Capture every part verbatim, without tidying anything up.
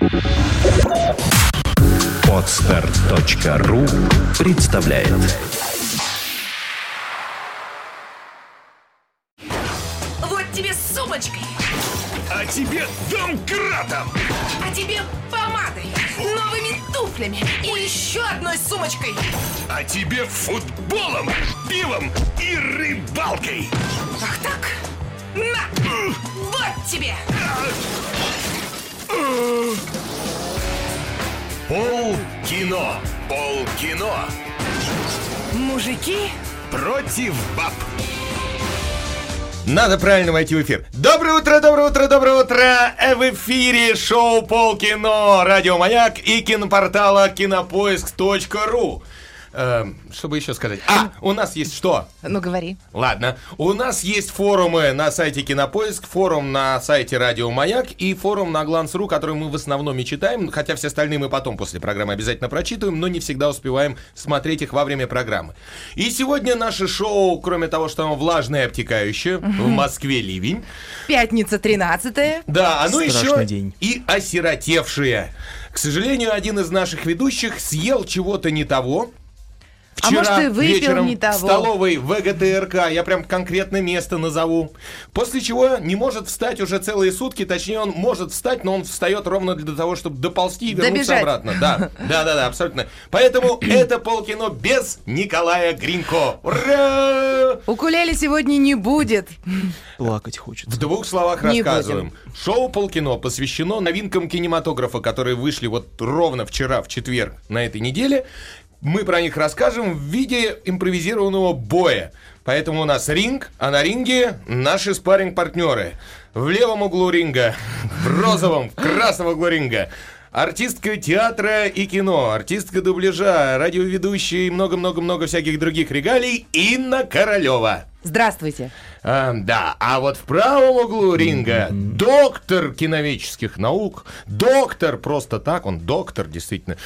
Подстер точка ру представляет. Вот тебе с сумочкой. А тебе домкратом. А тебе помадой, новыми туфлями и еще одной сумочкой. А тебе футболом, пивом и рыбалкой. Ах так? На! Вот тебе! Полкино. Полкино. Мужики Против баб. Надо правильно войти в эфир. Доброе утро, доброе утро, доброе утро! В эфире шоу «Полкино», радио «Маяк» и кинопортала кинопоиск точка ру. Эм, что бы еще сказать? А, у нас есть что? Ну, говори. Ладно. У нас есть форумы на сайте Кинопоиск, форум на сайте Радио Маяк и форум на Гланс точка ру, который мы в основном и читаем, хотя все остальные мы потом после программы обязательно прочитываем, но не всегда успеваем смотреть их во время программы. И сегодня наше шоу, кроме того, что оно влажное и обтекающее, угу. В Москве ливень. Пятница тринадцатое. Да, оно Страшный еще день. И осиротевшее. К сожалению, один из наших ведущих съел чего-то не того. Вчера а может, и выпил вечером не того. в столовой вэ гэ тэ эр ка, я прям конкретно место назову. После чего не может встать уже целые сутки, точнее он может встать, но он встает ровно для того, чтобы доползти и вернуться Добежать. обратно. Да, да, да, да, абсолютно. Поэтому это полкино без Николая Гринько. Ура! Укулеле сегодня не будет. Плакать хочется. В двух словах Не рассказываем. Шоу «Полкино» посвящено новинкам кинематографа, которые вышли вот ровно вчера, в четверг, на этой неделе. Мы про них расскажем в виде импровизированного боя. Поэтому у нас ринг, а на ринге наши спарринг-партнеры. В левом углу ринга, в розовом, в красном углу ринга артистка театра и кино, артистка дубляжа, радиоведущая и много-много-много всяких других регалий Инна Королева. Здравствуйте. А, да, а вот в правом углу ринга mm-hmm. доктор киноведческих наук, доктор просто так, он доктор действительно,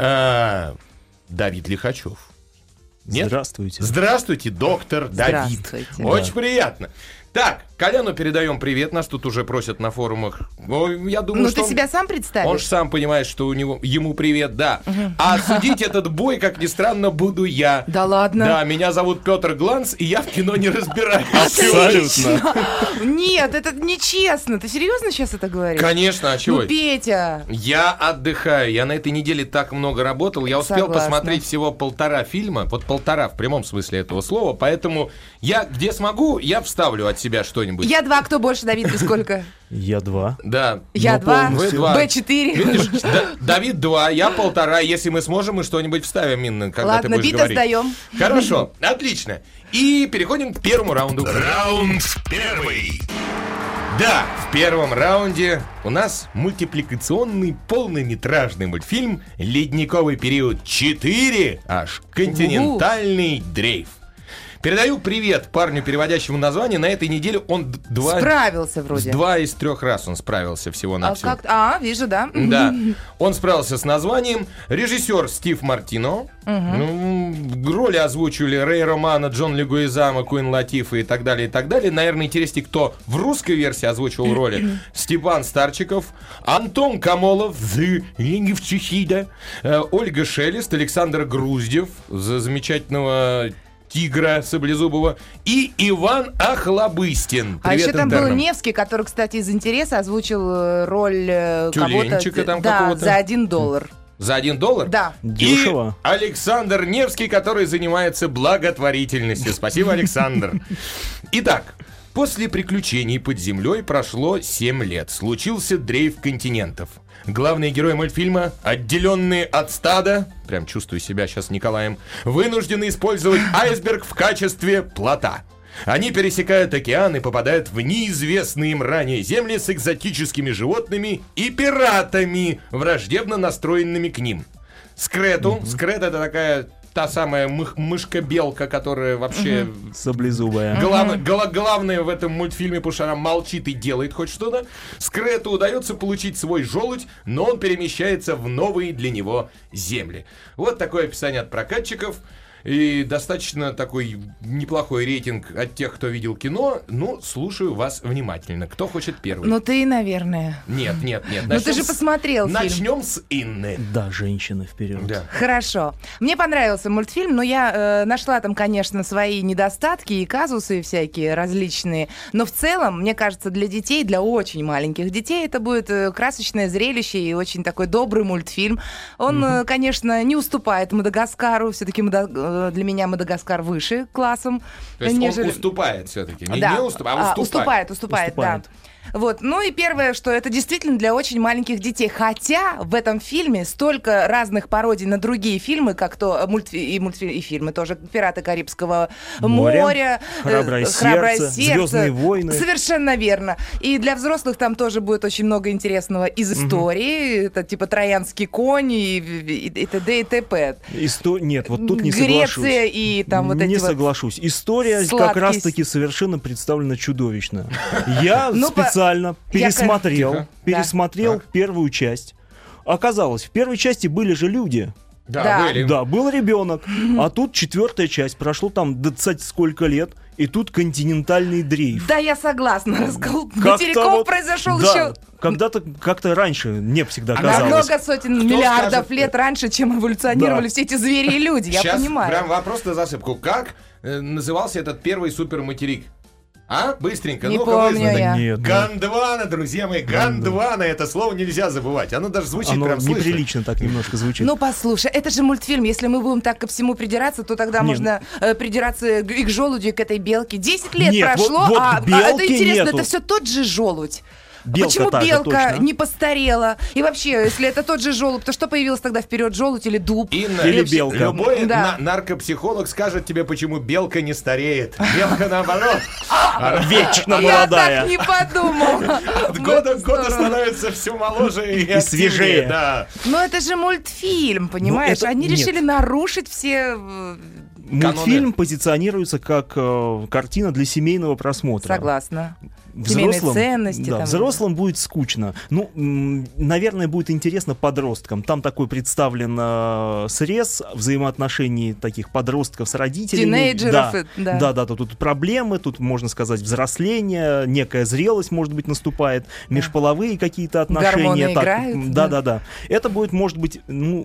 а, Давид Лихачев. Нет? Здравствуйте. Здравствуйте, доктор Давид. Здравствуйте. Очень Да. приятно. Так, Коляну передаем привет, нас тут уже просят на форумах. Ой, я думаю, Ну, что ты он... себя сам представишь? Он же сам понимает, что у него ему привет, да. Угу. А судить этот бой, как ни странно, буду я. Да ладно? Да, меня зовут Петр Гланс, и я в кино не разбираюсь. Абсолютно. Нет, это нечестно. Ты серьезно сейчас это говоришь? Конечно, а чего? Ну, Петя. Я отдыхаю, я на этой неделе так много работал, я успел Согласна. посмотреть всего полтора фильма, вот полтора в прямом смысле этого слова, поэтому я где смогу, я вставлю от себя что-нибудь. Я два, кто больше, Давид, ты сколько? Я два. Да. Я Ну, два, Вы два. Бэ четыре. Видишь, Да- Давид два, я полтора. Если мы сможем, мы что-нибудь вставим, Инна, когда Ладно, ты будешь бита говорить. сдаем. Хорошо, отлично. И переходим к первому раунду. Раунд первый. Да, в первом раунде у нас мультипликационный полнометражный мультфильм «Ледниковый период четыре», аж «Континентальный дрейф». Передаю привет парню, переводящему название. На этой неделе он д- два... Справился С вроде. два из трех раз он справился всего А, на всего. как... а, вижу, да. Да, он справился с названием. Режиссер Стив Мартино. Ну, роли озвучивали Рэй Романо, Джон Легуизамо, Куин Латифа и так далее, и так далее. Наверное, интереснее, кто в русской версии озвучивал роли. Степан Старчиков, Антон Камолов, The Ring of Chihida, э, Ольга Шелест, Александр Груздев, за замечательного Тигра Саблезубова и Иван Охлобыстин. А Привет, еще там был интернам. Невский, который, кстати, из интереса озвучил э, роль э, Тюленчика кого-то. там да, какого-то. за один доллар. За один доллар? Да. Дешево. И Александр Невский, который занимается благотворительностью. Спасибо, Александр. Итак, после приключений под землей прошло семь лет. Случился дрейф континентов. Главные герои мультфильма, отделенные от стада, прям чувствую себя сейчас Николаем, вынуждены использовать айсберг в качестве плота. Они пересекают океан и попадают в неизвестные им ранее земли с экзотическими животными и пиратами, враждебно настроенными к ним. Скрету, mm-hmm. Скрет — это такая та самая мых- мышка-белка, которая вообще... Mm-hmm. Саблезубая. Глав... гла- главное в этом мультфильме, потому что она молчит и делает хоть что-то. Скрету удается получить свой желудь, но он перемещается в новые для него земли. Вот такое описание от прокатчиков. и достаточно такой неплохой рейтинг от тех, кто видел кино. Ну, слушаю вас внимательно. Кто хочет первый? Ну ты, наверное. Нет, нет, нет. Ну ты же с- посмотрел фильм. Начнем с Инны. Да, женщины вперед. Да. Хорошо. Мне понравился мультфильм, но я э, нашла там, конечно, свои недостатки и казусы всякие различные. Но в целом, мне кажется, для детей, для очень маленьких детей, это будет э, красочное зрелище и очень такой добрый мультфильм. Он, э, конечно, не уступает Мадагаскару. Все-таки для меня Мадагаскар выше классом. То есть нежели- он уступает все-таки. Не, Да. не уступает, а уступает. уступает, уступает, Уступает. да. Вот. Ну и первое, что это действительно для очень маленьких детей. Хотя в этом фильме столько разных пародий на другие фильмы, как то мультфи- и, мультфи- и фильмы тоже «Пираты Карибского Море», моря», э, «Храброе сердце», «Звездные войны». Совершенно верно. И для взрослых там тоже будет очень много интересного из истории. Это типа «Троянский конь» и, и, и т.д. и т.п. Исто- Нет, вот тут не соглашусь. Греция и там вот не эти вот... соглашусь. История как сладкие раз-таки совершенно представлена чудовищно. Я Ну, по- специально пересмотрел, Тихо. пересмотрел Так. первую часть. Оказалось, в первой части были же люди. Да, Да. были. Да, был ребенок. А тут четвертая часть. Прошло там двадцать сколько лет. И тут континентальный дрейф. Да, я согласна. Раскол Как-то материков вот- произошел да, еще когда-то как-то раньше мне всегда А казалось. намного сотен миллиардов скажет? лет раньше, чем эволюционировали Да. все эти звери и люди. Я Сейчас понимаю. прям вопрос на засыпку. Как э, назывался этот первый суперматерик? А? Быстренько. Не ну-ка, помню быстро. я. Нет, ну, Гондвана, друзья мои, Гондвана. Это слово нельзя забывать. Оно даже звучит оно прям слышно. неприлично так немножко звучит. Ну, послушай, это же мультфильм. Если мы будем так ко всему придираться, то тогда Не, можно э, придираться и к желудю, и к этой белке. Десять лет Нет, вот- прошло, вот а, а это белки интересно, нету. это все тот же желудь. Белка Почему та же, белка точно. не постарела? И вообще, если это тот же желудь, то что появилось тогда вперед, желудь или дуб? Инна, Или вообще белка. любой Да. на- наркопсихолог скажет тебе, почему белка не стареет. Белка наоборот. Вечно Я молодая. так не подумала. От В года эту к году сторону. становится все моложе и, И активнее, свежее. Да. Но это же мультфильм, понимаешь? это- Они нет. решили нарушить все... э, Мультфильм позиционируется как э, картина для семейного просмотра. Согласна. Семейные Взрослым, ценности да, там. взрослым будет скучно. Ну, м, наверное, будет интересно подросткам. Там такой представлен э, срез взаимоотношений таких подростков с родителями. Тинейджеров, Да, э, да. да, да, тут проблемы, тут, можно сказать, взросление, некая зрелость, может быть, наступает, межполовые какие-то отношения. Гормоны играют, да, да. да, да. Это будет, может быть, ну,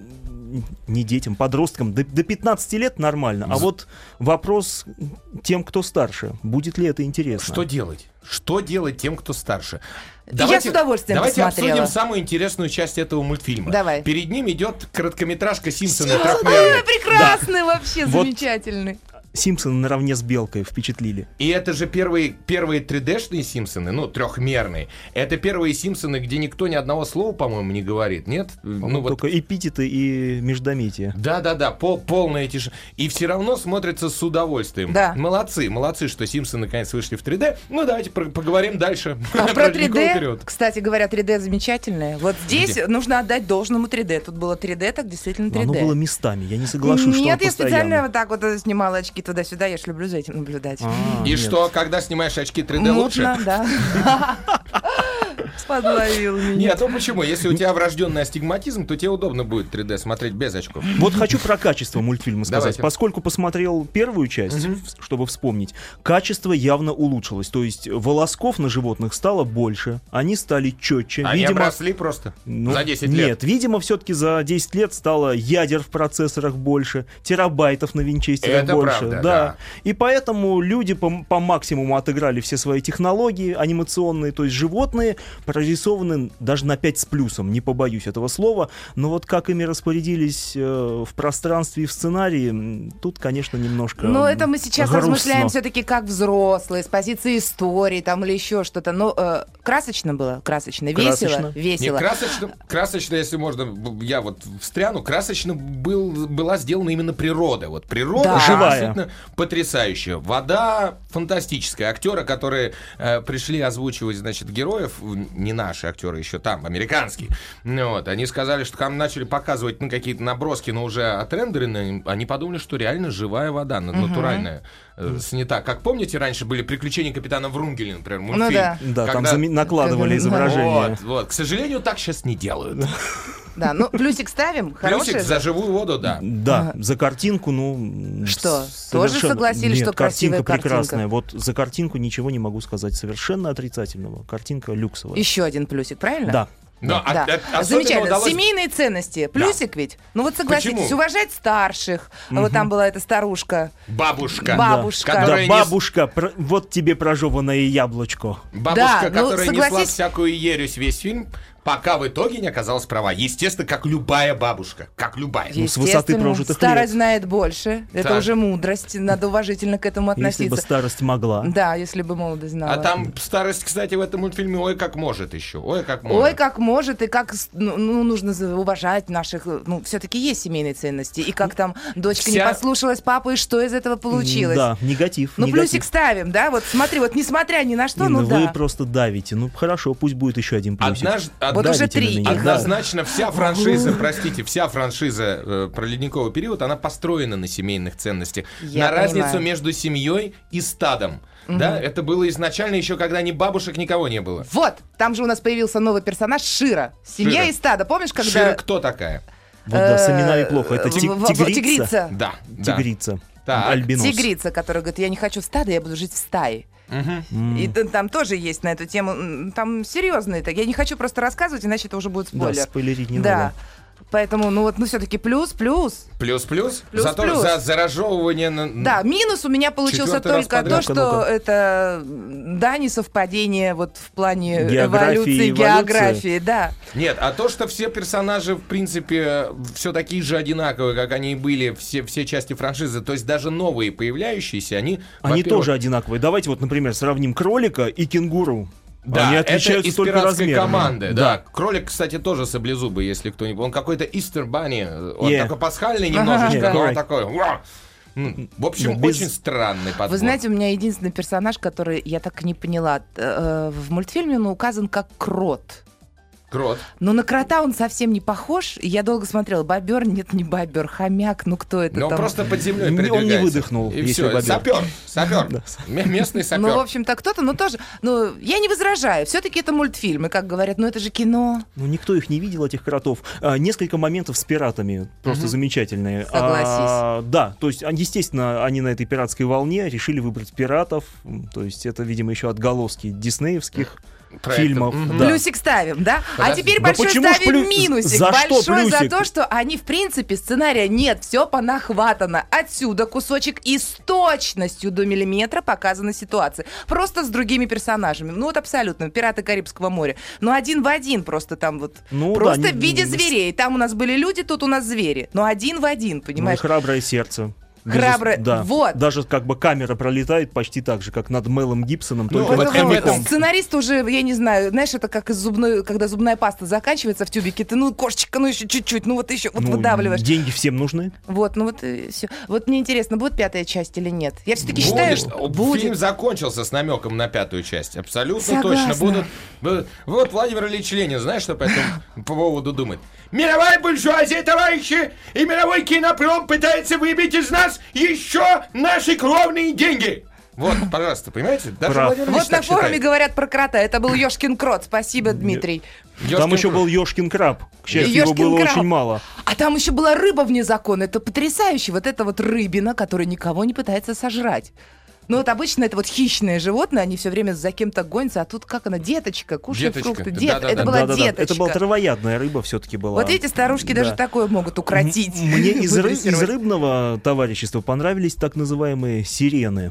не детям, подросткам, до, до пятнадцати лет нормально. А вот вопрос тем, кто старше, будет ли это интересно? Что делать? Что делать тем, кто старше? Я с удовольствием Давайте посмотрела. обсудим самую интересную часть этого мультфильма. Давай. Перед ним идет короткометражка «Симпсоны» Ой, трехмерная. прекрасный вообще, Вот. замечательный. Симпсоны наравне с Белкой впечатлили. И это же первые, первые три дэ-шные Симпсоны, ну, трехмерные. Это первые Симпсоны, где никто ни одного слова, по-моему, не говорит, нет? Ну, вот. Только эпитеты и междометия. Да-да-да, пол, полная тишина. И все равно смотрится с удовольствием. Да. Молодцы, молодцы, что Симпсоны наконец вышли в три дэ. Ну, давайте про- поговорим дальше. А про три «Ледниковый дэ, период». кстати говоря, три дэ замечательное. Вот здесь Где? нужно отдать должному три дэ. Тут было три дэ, так действительно три Оно дэ. было местами, я не соглашусь, что Нет, он я специально постоянно. вот так вот э, снимала очки туда-сюда. Я ж люблю за этим наблюдать. А, И нет. что, когда снимаешь очки три дэ лучше? Мутно, да. Подловил меня. Нет, ну почему? Если у тебя врожденный астигматизм, то тебе удобно будет три дэ смотреть без очков. Вот хочу про качество мультфильма сказать. Давайте. Поскольку посмотрел первую часть, в- чтобы вспомнить, качество явно улучшилось. То есть волосков на животных стало больше, они стали четче. Они Видимо, обросли просто ну, за десять лет. Нет, видимо, все-таки за десять лет стало ядер в процессорах больше, терабайтов на винчестерах Это больше. правда, да. да. И поэтому люди по, по максимуму отыграли все свои технологии анимационные, то есть животные прорисованы даже на пять с плюсом, не побоюсь этого слова, но вот как ими распорядились э, в пространстве и в сценарии, м, тут, конечно, немножко Но это мы сейчас грустно. размышляем все-таки как взрослые, с позиции истории там или еще что-то. Но э, красочно было, красочно, весело, Красочно. весело. Не, красочно, красочно, если можно, б- я вот встряну, красочно был, была сделана именно природа. Вот природа Да. Живая. действительно потрясающая. Вода фантастическая. Актеры, которые э, пришли озвучивать, значит, героев, не наши актеры еще там, американские, ну, вот, они сказали, что там начали показывать ну, какие-то наброски, но уже отрендеренные, они подумали, что реально живая вода, на- натуральная, э, снята. Как помните, раньше были «Приключения капитана Врунгеля», например, мультфильм? да. Да, там Когда- заме- накладывали Да. изображение. Вот, вот. К сожалению, так сейчас не делают. Да, ну плюсик ставим, хороший. Плюсик за живую воду, да. Да, за картинку, ну... Что, с- тоже совершенно- согласились, Нет, что красивая картинка картинка? прекрасная. Вот за картинку ничего не могу сказать совершенно отрицательного. Картинка люксовая. Еще один плюсик, правильно? Да. Но Да. от- от- особенно Замечательно. удалось- Семейные ценности. Плюсик ведь. Ну вот согласитесь, Почему? уважать старших. Вот там была эта старушка. Бабушка. Бабушка. Да, Которая не- бабушка, про- вот тебе прожеванное яблочко. Бабушка, Да, ну, которая несла согласись- всякую ересь весь фильм, пока в итоге не оказалась права. Естественно, как любая бабушка. Как любая. Ну, с высоты Естественно, прожитых старость лет. знает больше. Это Так. уже мудрость. Надо уважительно к этому Если относиться. бы старость могла. Да, если бы молодость знала. А там старость, кстати, в этом мультфильме ой как может еще. Ой как может. Ой, как может, и как с- ну, ну, нужно за- уважать наших... Ну, все-таки есть семейные ценности. И как там дочка не Вся- послушалась папы, и что из этого получилось. Да, негатив. Ну, негатив. плюсик ставим, да? Вот смотри, вот несмотря ни на что, Инна, ну вы да. просто давите. Ну хорошо, пусть будет еще один плюсик. Однажды, Вот уже Давите на три. меня. Их Однозначно вся франшиза, простите, вся франшиза э, про ледниковый период, она построена на семейных ценностях. Я на разницу понимаю. между семьей и стадом. Да, это было изначально еще, когда ни бабушек, никого не было. Вот, там же у нас появился новый персонаж Шира. Семья Шира. и стадо. Помнишь, когда... Шира кто такая? Вот да, с именами плохо. Это э, ти- в- в- тигрица. Тигрица. Да, да. Тигрица. Так. Альбинос. Тигрица, которая говорит, я не хочу в стадо, я буду жить в стае. И т- там тоже есть на эту тему, м, там серьезные. так Я не хочу просто рассказывать, иначе это уже будет Да, спойлер. спойлерить не Да. надо. Поэтому, ну вот, ну все-таки плюс, плюс. Плюс-плюс? Плюс, за, то- плюс. за заражевывание... на- Да, минус у меня получился Четвертый раз только то, подряд. что Ну-ка, ну-ка. это да, несовпадение вот в плане Географии, эволюции, эволюции. географии, да. Нет, а то, что все персонажи, в принципе, все такие же одинаковые, как они и были, все, все части франшизы, то есть даже новые появляющиеся, они... Они во-первых, тоже одинаковые. Давайте вот, например, сравним кролика и кенгуру. Да, Они отличаются это из только пиратской размерами. команды. Да. Кролик, кстати, тоже саблезубый, если кто не... Он какой-то Easter Bunny, он Yeah. такой пасхальный немножечко, Ага. но он Correct. такой... «Уа!» М, В общем, Без- очень странный подбор. Вы знаете, у меня единственный персонаж, который я так и не поняла. Э, В мультфильме он указан как крот. Крот. Но на крота он совсем не похож. И я долго смотрела, бобер, нет, не бобер, хомяк, ну кто это Но он там? просто под землей Не- он не передвигается. выдохнул, И если все, бобер. сапер, сапер. М- Местный сапер. Ну, в общем-то, кто-то, ну тоже, ну, я не возражаю. Все-таки это мультфильм. И как говорят, ну это же кино. Ну, никто их не видел, этих кротов. А, несколько моментов с пиратами просто замечательные. Согласись. А, да, то есть, а, естественно, они на этой пиратской волне решили выбрать пиратов. М, То есть, это, видимо, еще отголоски диснеевских Проектов. фильмов. Мгм. Да. Плюсик ставим, да? А Подожди. теперь Да большой почему ж ставим плю- минусик. за что большой за плюсик? то, что они, в принципе, сценария нет, все понахватано. Отсюда кусочек и с точностью до миллиметра показана ситуация. Просто с другими персонажами. Ну вот абсолютно. Пираты Карибского моря. Ну один в один просто там вот. Ну, просто да, в не- виде не- зверей. Там у нас были люди, тут у нас звери. Но один в один, Ну, и понимаешь? храброе сердце. Храброе- Безус- Да. вот. Даже как бы камера пролетает почти так же, как над Мелом Гибсоном, Ну, только вот над в этом- хомяком. Сценарист уже, я не знаю, знаешь, это как из зубной, когда зубная паста заканчивается в тюбике, ты, ну, кошечка, ну, еще чуть-чуть, ну, вот еще, вот Ну, выдавливаешь. деньги всем нужны. Вот, ну вот и все. Вот мне интересно, будет пятая часть или нет? Я все-таки Будет. считаю, что будет. Фильм закончился с намеком на пятую часть. Абсолютно Согласна. точно. Будут, будут- Вот Владимир Ильич Ленин, знаешь, что по этому поводу думает? Мировая буржуазия, товарищи, и мировой кинопром пытается выбить из нас еще наши кровные деньги. Вот, пожалуйста, понимаете? Даже Прав. Владимир Ильич Вот на так форуме считает. говорят про крота. Это был Ёшкин крот. Спасибо, Дмитрий. Ёшкин Там еще крот. был Ёшкин краб. К счастью, его Ёшкин было краб. очень мало. А там еще была рыба вне закона. Это потрясающе. Вот это вот рыбина, которая никого не пытается сожрать. Ну вот обычно это вот хищное животное, они все время за кем-то гонятся, а тут как она, деточка, кушает Деточка. фрукты. Дет- Да-да-да. Это была Да-да-да. деточка. Это была травоядная рыба все-таки была. Вот эти старушки Да. даже такое могут укротить. М- Мне из, ры- из выдрессировать. рыбного товарищества понравились так называемые сирены.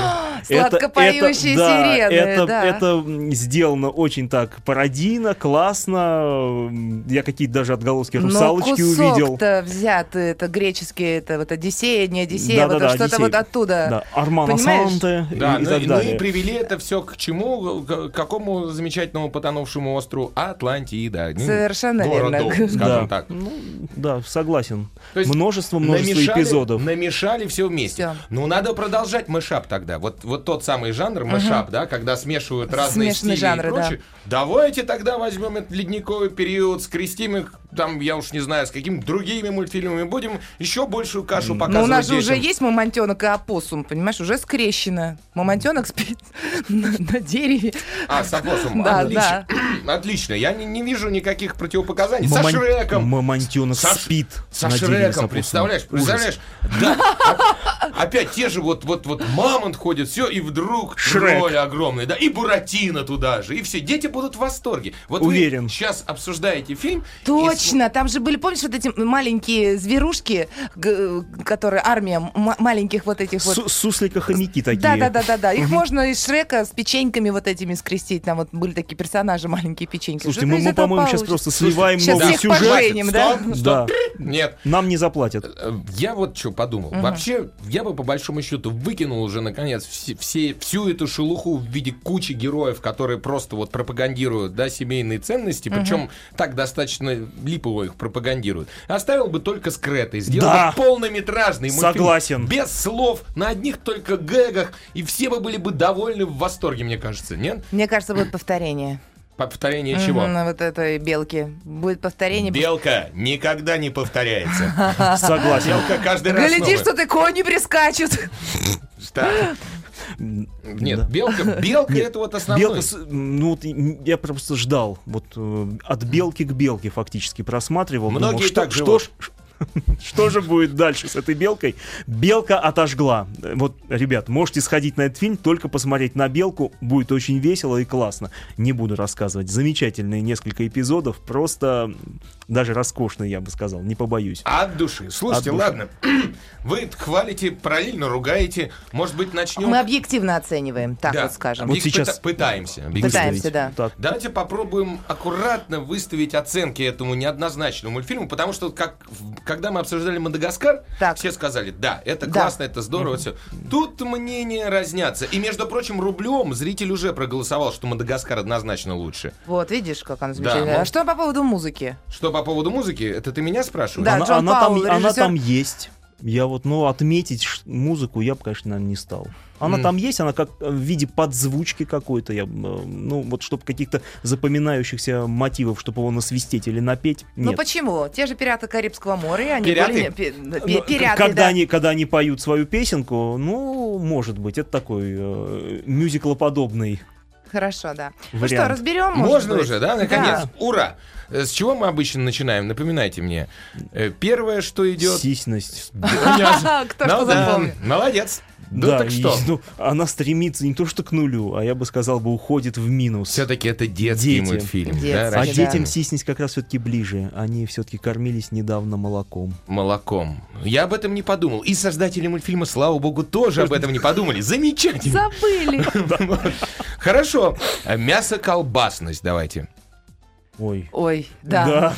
Сладко поющие да, сирены, это, да. это м, сделано очень так пародийно, классно. М, Я какие-то даже отголоски русалочки Но увидел. кусок-то взят, это греческий, это вот Одиссея, не Одиссея, Да-да-да, вот что-то Одиссея. вот оттуда. Да, Армано Понимаешь? Санте и, Да, и ну, так ну далее. и привели это все к чему? К какому замечательному потонувшему острову? Атлантида. Ну, Совершенно городу, верно. скажем Да. так. Ну, да, согласен. То есть множество, множество эпизодов. Намешали все вместе. Всё. Ну, надо продолжать мэшап тогда. Вот, вот тот самый жанр мэшап, да, когда смешивают разные Смешанные стили жанры, и прочее. Давайте тогда возьмем этот ледниковый период, скрестим их там, я уж не знаю, с какими другими мультфильмами будем еще большую кашу показывать Но у нас же детям. уже есть мамонтенок и опоссум, понимаешь, уже скрещено. Мамонтенок спит на, на дереве. А, с опоссумом. Да, Отлично. да. Отлично. Я не, не вижу никаких противопоказаний. Со Мамон- Шреком. Мамонтенок Со, спит со на дереве с Шреком, опоссумом. представляешь? Ужас. Представляешь? Да. О- Опять те же вот, вот, вот мамонт ходит, все, и вдруг Шрек. роль огромная, да, и Буратино туда же, и все. Дети будут в восторге. Вот Уверен. вы сейчас обсуждаете фильм. и Точно, там же были, помнишь, вот эти маленькие зверушки, г- которые армия м- маленьких вот этих вот. Су- Суслика-хомяки такие. Да, да, да, да, да. Их можно из Шрека с печеньками вот этими скрестить. Там вот были такие персонажи, маленькие печеньки. Слушайте, Что-то мы, из мы, этого по-моему, сейчас получится. просто сливаем Сейчас новый всех сюжет. поженим, да? Стоп, стоп. Да. Нет. Нам не заплатят. Э, Я вот что подумал. Вообще, я бы по большому счету выкинул уже наконец все, все- всю эту шелуху в виде кучи героев, которые просто вот пропагандируют, да, семейные ценности, причем так достаточно липово их пропагандируют. Оставил бы только Скрета, сделал Да. бы полнометражный мультфильм. Согласен. Без слов, на одних только гэгах, и все бы были бы довольны, в восторге, мне кажется, нет? Мне кажется, будет повторение. Повторение чего? Мгм, вот этой белки. Будет повторение. Белка никогда не повторяется. Согласен. Белка каждый раз Гляди, новая. что ты кони прискачут. Что? Нет, Да. белка, белка Нет, это вот основной. Белка, с- ну вот и- я просто ждал, вот э, от белки к белке фактически просматривал. Многие думал, что, так что, живут. ж- что же будет дальше с этой белкой? Белка отожгла. Вот, ребят, можете сходить на этот фильм, только посмотреть на белку, будет очень весело и классно. Не буду рассказывать. Замечательные несколько эпизодов, просто даже роскошные, я бы сказал, не побоюсь. От души. Слушайте, От души. ладно. Вы хвалите, параллельно ругаете. Может быть, начнем... Мы объективно оцениваем, так Да, вот скажем. Вот объек- сейчас- пыта- пытаемся. объективно. Пытаемся, да. Так. Давайте попробуем аккуратно выставить оценки этому неоднозначному мультфильму, потому что как, в- когда мы обсуждали «Мадагаскар», Так. все сказали, да, это Да. классно, это здорово, все. Тут мнения разнятся. И, между прочим, рублем зритель уже проголосовал, что «Мадагаскар» однозначно лучше. Вот, видишь, как она замечательная. Да, А что по поводу музыки? Что по поводу музыки, это ты меня спрашиваешь? Да, она, Джон она Паул, там, она режиссер. там есть. Я вот, ну, отметить ш- музыку я бы, конечно, наверное, не стал. Она М. там есть, она как э, в виде подзвучки какой-то, я, б, э, ну, вот, чтобы каких-то запоминающихся мотивов, чтобы его насвистеть или напеть, Ну нет. почему? Те же пираты Карибского моря, они Пираты? более- пи- Ну, пи- пираты, когда, да. они, когда они поют свою песенку, ну, может быть, это такой э, мюзиклоподобный Хорошо, да. Ну вариант. что, разберем? может Можно быть? уже, да, наконец? Да. Ура! Э, С чего мы обычно начинаем? Напоминайте мне. Э, Первое, что идет... Сисьность. Кто что Ну да, запомнил. молодец. Ну Да, так и, что? ну, она стремится не то что к нулю, а я бы сказал бы уходит в минус. Все-таки это детский Дети. мультфильм. Детский. да, А Да. рассчитан детям сиснись как раз все-таки ближе. Они все-таки кормились недавно молоком. молоком. Я об этом не подумал. И создатели мультфильма, слава богу, тоже об этом не подумали. Замечательно. Забыли. Хорошо. А Мясо-колбасность давайте. Ой. Ой, да.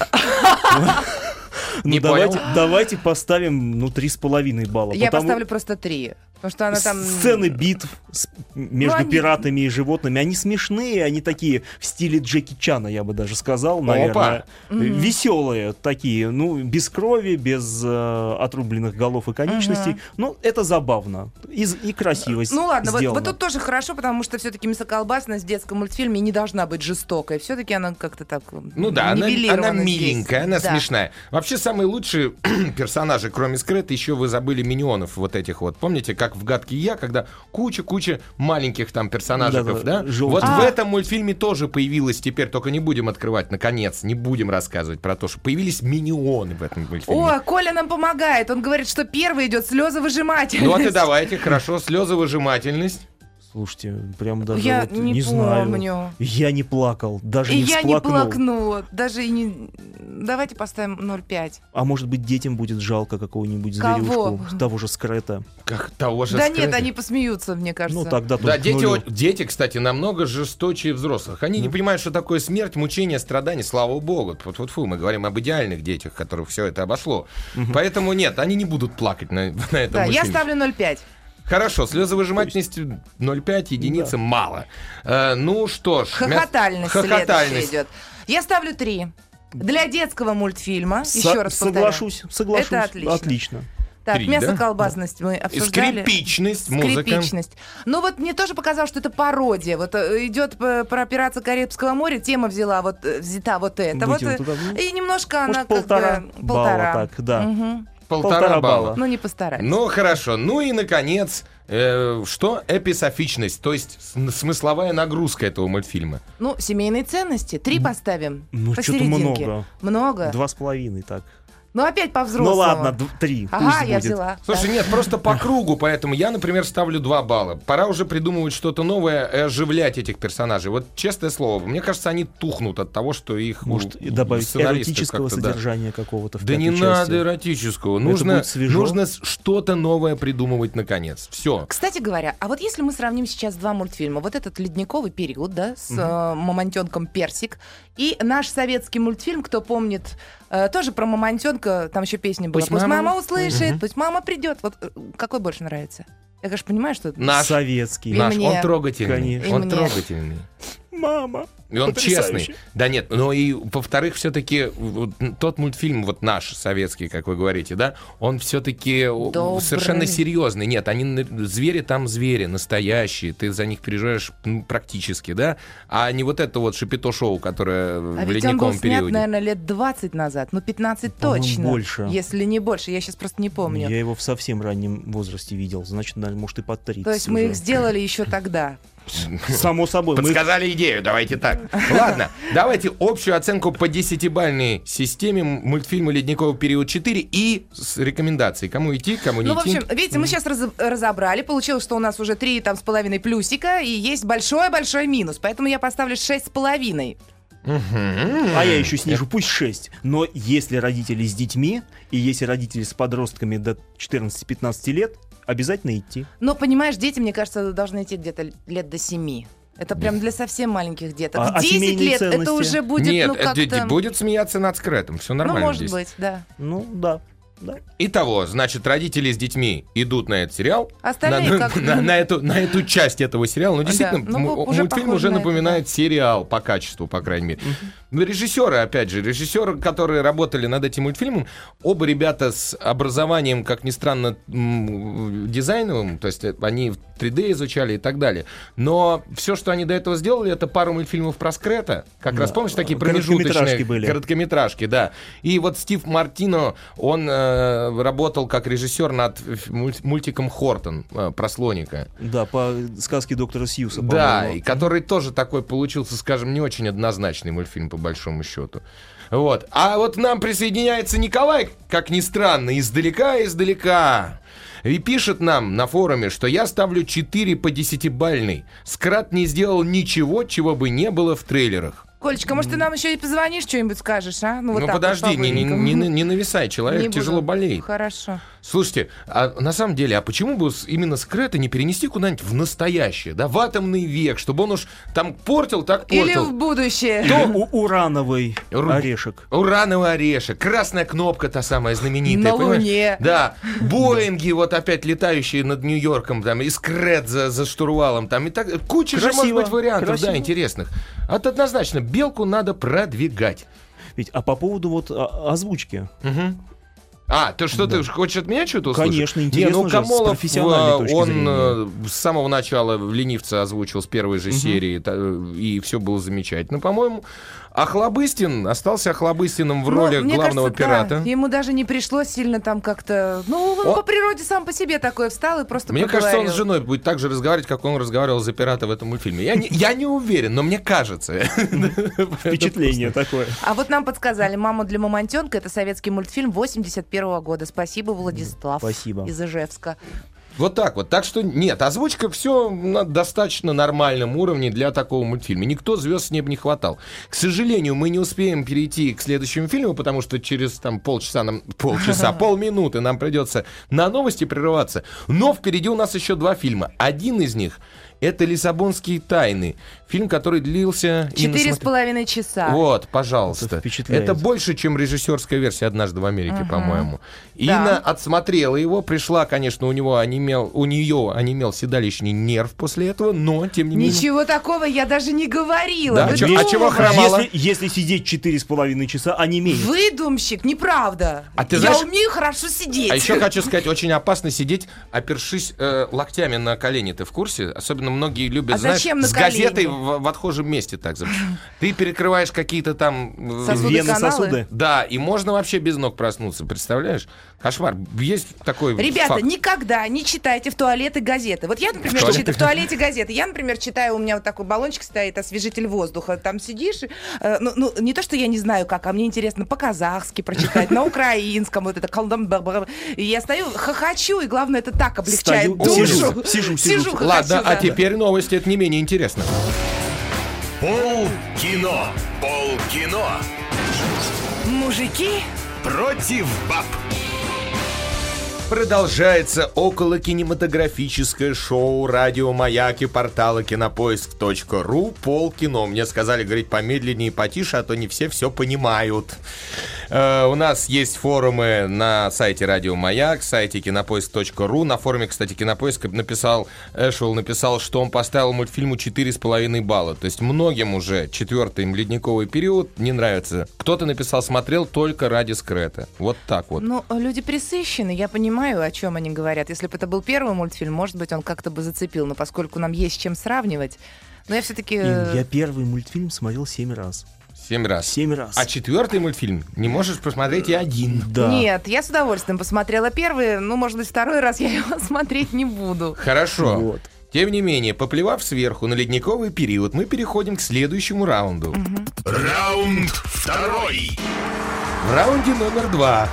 Ну, Не давайте, понял? давайте поставим, ну, три с половиной балла. Я потому- поставлю просто три. Потому что она там... Сцены битв с- между они- пиратами и животными, они смешные, они такие в стиле Джеки Чана, я бы даже сказал, наверное. Веселые такие, ну, без крови, без э, отрубленных голов и конечностей. Ну, это забавно. И, з- и красиво с- Ну ладно, вот, сделано. вот тут тоже хорошо, потому что все-таки мясоколбасность в детском мультфильме не должна быть жестокой. Все-таки она как-то так Ну да, она, нивелирована она здесь. миленькая, она Да. смешная. Вообще, самые лучшие персонажи, кроме Скрета, еще вы забыли миньонов вот этих вот. Помните, как в «Гадкий я», когда куча-куча маленьких там персонажиков, да? Да-да, желтых. Вот А. в этом мультфильме тоже появилось теперь, только не будем открывать, наконец, не будем рассказывать про то, что появились миньоны в этом мультфильме. О, Коля нам помогает. Он говорит, что первый идет слезовыжимательность. Ну вот и давайте, хорошо, слезовыжимательность. Слушайте, прям даже Я вот не знаю. помню. Я не плакал, даже И не я не всплакнул. плакнула. Даже и не... Давайте поставим ноль пять. А может быть, детям будет жалко какого-нибудь Кого? зверюшку, того же Скрета. Как того же Да Скрета. нет, они посмеются, мне кажется. Ну, тогда Да, только к дети, нулю. о- дети, кстати, намного жесточе взрослых. Они не понимают, что такое смерть, мучение, страдания, слава богу. Вот, вот, фу, мы говорим об идеальных детях, которых все это обошло. Поэтому нет, они не будут плакать на, на этом Да, я мультфильме. ставлю ноль пять. Хорошо, слезовыжимательность ноль пять, единицы мало. Э, ну что ж. мя- Хохотальность, Хохотальность. следующая идет. Я ставлю три. Для детского мультфильма, Со- еще раз повторяю. соглашусь, соглашусь. Это отлично. Отлично. Так, Три, мясоколбасность мы обсуждали. Скрипичность, музыка. Скрипичность. Ну вот мне тоже показалось, что это пародия. Вот э, идет п- про операцию Карибского моря, тема взяла вот, э, взята вот это. Вот, Вытянула э, туда, ну, и немножко может, она полтора как бы... балла так, да. Мгм. Полтора, Полтора балла. балла. Ну не постараюсь. Ну, хорошо. Ну и, наконец, э, что? Эписофичность, то есть с- смысловая нагрузка этого мультфильма. Ну, семейные ценности. Три поставим. Ну, что-то посерединке. много. Много? Два с половиной, так. Ну опять по-взрослому. Ну ладно, д- три. Ага, пусть я будет. взяла. Слушай, Да. нет, просто по кругу, поэтому я, например, ставлю два балла. Пора уже придумывать что-то новое и оживлять этих персонажей. Вот честное слово, мне кажется, они тухнут от того, что их Может, у- и добавить сценаристы эротического как-то, да. содержания какого-то в Да не пятой части. надо эротического. Нужно, будет свежо. нужно с- что-то новое придумывать наконец. Все. Кстати говоря, а вот если мы сравним сейчас два мультфильма, вот этот ледниковый период, да, с э, мамонтенком Персик, и наш советский мультфильм, кто помнит, э, тоже про мамонтенка, там еще песня была. Пусть Пусть, мама- мама услышит, пусть мама придет. Вот э, какой больше нравится? Я, конечно, понимаю, что это... Наш, Советский. И наш, мне. он трогательный. Конечно. Он И мне. трогательный. Мама. И он Потрясающе. честный. Да нет, но и, во-вторых, все-таки вот тот мультфильм, вот наш, советский, как вы говорите, да, он все-таки Добрый. совершенно серьезный. Нет, они, на- звери там звери, настоящие, ты за них переживаешь ну, практически, да, а не вот это вот шипито-шоу, которое А в ведь он был ледниковом снят, периоде. наверное, лет двадцать назад, ну пятнадцать По-моему, точно. больше. Если не больше, я сейчас просто не помню. Я его в совсем раннем возрасте видел, значит, наверное, может, и под тридцать. То есть мы уже. их сделали еще тогда. Само собой. мы их- Подсказали идею, давайте так. Ладно, давайте общую оценку по десятибалльной системе мультфильма «Ледниковый период четыре» и с рекомендацией. Кому идти, кому не Ну, в идти. общем, видите, мы сейчас разобрали. Получилось, что у нас уже три там с половиной плюсика, и есть большой-большой минус. Поэтому я поставлю шесть с половиной. А я еще снижу, пусть шесть. Но если родители с детьми, и если родители с подростками до четырнадцати-пятнадцати лет, обязательно идти. Но, понимаешь, дети, мне кажется, должны идти где-то лет до семи. Это прям для совсем маленьких деток. А- В а десять семейные лет это ценности? уже будет, Нет, ну, это как-то... будет смеяться над скретом. Все Ну, нормально может здесь. быть, да. Ну, да. Да. Итого, значит, родители с детьми идут на этот сериал, Остальные на, как- на- на эту, на эту часть этого сериала. Ну, действительно, Да, ну, м- уже мультфильм похоже уже на это, напоминает сериал по качеству, по крайней мере. Ну, режиссеры, опять же, режиссеры, которые работали над этим мультфильмом, оба ребята с образованием, как ни странно, м, дизайновым, то есть они три дэ изучали и так далее. Но все, что они до этого сделали, это пару мультфильмов про Скрета. Как раз, помнишь, такие Короткометражки промежуточные были. короткометражки, да. И вот Стив Мартино, он э, работал как режиссер над муль- мультиком «Хортон» э, про слоника. Да, по сказке доктора Сьюса, Да, по-моему. и который тоже такой получился, скажем, не очень однозначный мультфильм, по большому счету. Вот. А вот нам присоединяется Николай, как ни странно, издалека-издалека. И пишет нам на форуме, что я ставлю четыре по десятибалльной. Скрат не сделал ничего, чего бы не было в трейлерах. Колечка, может, ты нам еще и позвонишь, что-нибудь скажешь, а? вот Ну так вот подожди, не, не, по-быренькому. не, не нависай, человек Не буду. тяжело болеет. Хорошо. Слушайте, а на самом деле, а почему бы с- именно Скрета не перенести куда-нибудь в настоящее, да, в атомный век, чтобы он уж там портил, так портил. Или в будущее. То у- урановый Ру- орешек. Урановый орешек, красная кнопка та самая знаменитая. На понимаешь? Луне. Да, Боинги вот опять летающие над Нью-Йорком, там, и Скрет за, за штурвалом, там, и так, куча же, Красиво, может быть, вариантов, красиво. да, интересных. А то однозначно, белку надо продвигать. Ведь, а по поводу вот а, озвучки. А, ты что, ты хочешь от меня что-то услышать? Конечно, Не, интересно ну же, с Камолов, профессиональной э, точки он зрения. э, с самого начала «Ленивца» озвучил с первой же серии, та- и все было замечательно. По-моему, Охлобыстин остался Охлобыстиным в Ну, роли мне главного кажется, пирата. да, ему даже не пришлось сильно там как-то... Ну, он Он- по природе сам по себе такой встал и просто Мне кажется, он проговорил. с женой будет так же разговаривать, как он разговаривал за пирата в этом мультфильме. Я не, я не уверен, но мне кажется. Впечатление такое. А вот нам подсказали, «Мама для мамонтенка» — это советский мультфильм восемьдесят первого года. Спасибо, Владислав. Спасибо. Из Ижевска. Вот так вот. Так что нет, озвучка все на достаточно нормальном уровне для такого мультфильма. Никто звезд с неба не хватал. К сожалению, мы не успеем перейти к следующему фильму, потому что через там полчаса, нам, полчаса, полминуты нам придется на новости прерываться. Но впереди у нас еще два фильма. Один из них Это «Лиссабонские тайны». Фильм, который длился... Четыре с половиной часа. Вот, пожалуйста. Это впечатляет. Это больше, чем режиссерская версия «Однажды в Америке», Мгм. по-моему. Да. Инна отсмотрела его, пришла, конечно, у него онемел, у нее онемел седалищный нерв после этого, но, тем не менее... Ничего такого я даже не говорила. Да, Вы а чё- а думаете? чего хромало? Если, если сидеть четыре с половиной часа, а не меньше. Выдумщик, неправда. А ты я знаешь- умею хорошо сидеть. А еще хочу сказать, очень опасно сидеть, опершись э, локтями на колени. Ты в курсе? Особенно многие любят, А знаешь, зачем на с газетой колени? в, в отхожем месте так. Ты перекрываешь какие-то там... э, Сосуды, Вены, каналы? сосуды. Да, и можно вообще без ног проснуться, представляешь? Кошмар. Есть такой Ребята, факт. никогда не читайте в туалеты газеты. Вот я, например, В туалете? читаю в туалете газеты. Я, например, читаю, у меня вот такой баллончик стоит, освежитель воздуха. Там сидишь, э, ну, ну, не то, что я не знаю как, а мне интересно по-казахски прочитать, на украинском, вот это колдам. И я стою, хохочу, и главное, это так облегчает Стою, душу. сижу, сижу, сижу. хохочу, Ладно, а да. теперь новости, это не менее интересно. Пол кино. Пол кино. Мужики, Против баб. Продолжается околокинематографическое шоу «Радио Маяк» и портала кинопоиск точка ру «Полкино». Мне сказали говорить помедленнее и потише, а то не все все понимают. Э, у нас есть форумы на сайте «Радио Маяк», сайте кинопоиск точка ру. На форуме, кстати, Кинопоиска написал, Эшел написал, что он поставил мультфильму четыре с половиной балла. То есть многим уже четвертый им ледниковый период не нравится. Кто-то написал, смотрел только ради скрета. Вот так вот. ну, люди пресыщены, я понимаю, о чем они говорят. Если бы это был первый мультфильм, может быть, он как-то бы зацепил, но поскольку нам есть с чем сравнивать, но я все-таки... Ин, я первый мультфильм смотрел семь раз. Семь раз. Семь раз. А четвертый мультфильм не можешь посмотреть и один. Да. Нет, я с удовольствием посмотрела первый, ну, может быть, второй раз я его смотреть не буду. Хорошо. Вот. Тем не менее, поплевав сверху на ледниковый период, мы переходим к следующему раунду. Раунд второй. В раунде номер два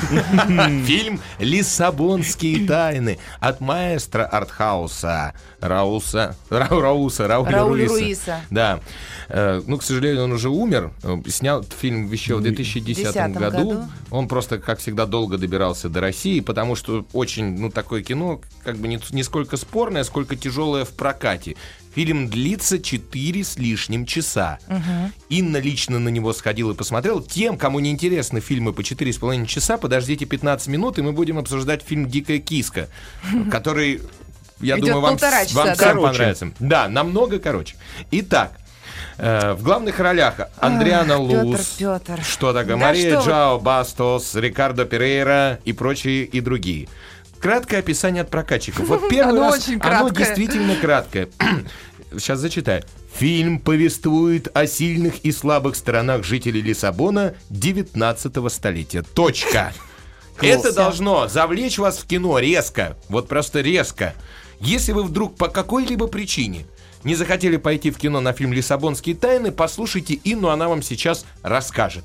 фильм «Лиссабонские тайны» от маэстро артхауса Рауса, Ра, Рауса, Рауля Рауля Руиса. Руиса. Да. Э, ну, к сожалению, он уже умер. Э, Снял этот фильм еще в две тысячи десятом десятом году. году. Он просто, как всегда, долго добирался до России, потому что очень, ну, такое кино, как бы не, не сколько спорное, сколько тяжелое в прокате. Фильм длится четыре с лишним часа. Угу. Инна лично на него сходила и посмотрела. Тем, кому не интересны фильмы по четыре с половиной часа, подождите пятнадцать минут, и мы будем обсуждать фильм «Дикая киска», который, я Идет думаю, вам, полтора с- часа, вам да? всем Короче. понравится. Да, намного короче. Итак, э, в главных ролях Адриана Ах, Пётр, Луз, Пётр. что такое, Да Мария что вы. Джао Бастос, Рикардо Перейра и прочие и другие. Краткое описание от прокатчиков. Вот первый Оно раз очень оно краткое. действительно краткое. Сейчас зачитаю. Фильм повествует о сильных и слабых сторонах жителей Лиссабона девятнадцатого столетия. Точка. Это должно завлечь вас в кино резко. Вот просто резко. Если вы вдруг по какой-либо причине не захотели пойти в кино на фильм «Лиссабонские тайны», послушайте Инну, она вам сейчас расскажет.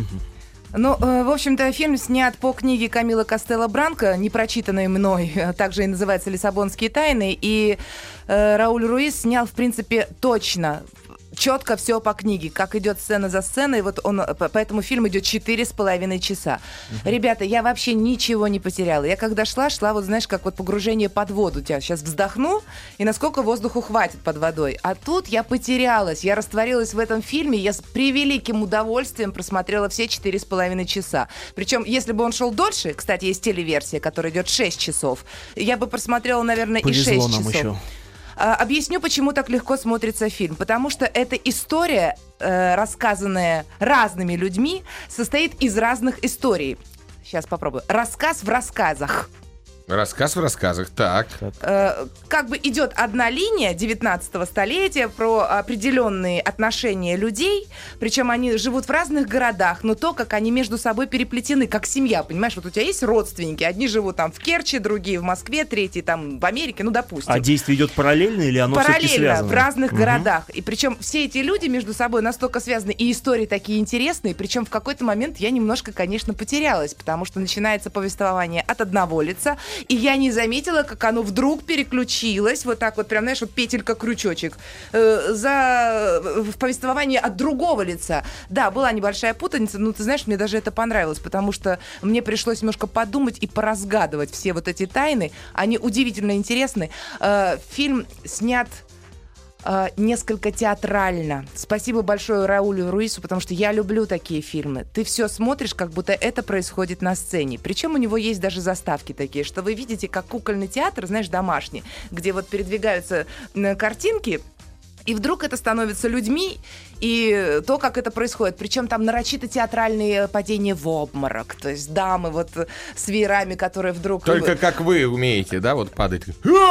Ну, э, в общем-то, фильм снят по книге Камилы Костелло Бранко, не прочитанной мной, а также и называется «Лиссабонские тайны», и э, Рауль Руис снял, в принципе, точно, четко все по книге, как идет сцена за сценой, вот он, по- поэтому фильм идет четыре с половиной часа. Ребята, я вообще ничего не потеряла. Я когда шла, шла, вот знаешь, как вот погружение под воду. Я сейчас вздохну, и насколько воздуху хватит под водой. А тут я потерялась, я растворилась в этом фильме, я с превеликим удовольствием просмотрела все четыре с половиной часа. Причем, если бы он шел дольше, кстати, есть телеверсия, которая идет шесть часов, я бы просмотрела, наверное, Повезло и шесть нам часов. еще. А, Объясню, почему так легко смотрится фильм. Потому что эта история, э, рассказанная разными людьми, состоит из разных историй. Сейчас попробую. Рассказ в рассказах. Рассказ в рассказах, так. Э, как бы идет одна линия девятнадцатого столетия про определенные отношения людей, причем они живут в разных городах, но то, как они между собой переплетены, как семья, понимаешь, вот у тебя есть родственники, одни живут там в Керчи, другие в Москве, третьи там в Америке, ну, допустим. А действие идет параллельно или оно все-таки Параллельно, связано? в разных Мгм. городах. И причем все эти люди между собой настолько связаны, и истории такие интересные, причем в какой-то момент я немножко, конечно, потерялась, потому что начинается повествование от одного лица, и я не заметила, как оно вдруг переключилось, вот так вот, прям, знаешь, вот петелька-крючочек, э, за в повествование от другого лица. Да, была небольшая путаница, но ты знаешь, мне даже это понравилось, потому что мне пришлось немножко подумать и поразгадывать все вот эти тайны. Они удивительно интересны. Э, фильм снят э, несколько театрально. Спасибо большое Раулю Руису, потому что я люблю такие фильмы. Ты все смотришь, как будто это происходит на сцене. Причем у него есть даже заставки такие, что вы видите, как кукольный театр, знаешь, домашний, где вот передвигаются э, картинки, и вдруг это становится людьми, и то, как это происходит. Причем там нарочито театральные падения в обморок. То есть дамы вот с веерами, которые вдруг... Только как вы умеете, да, вот падать.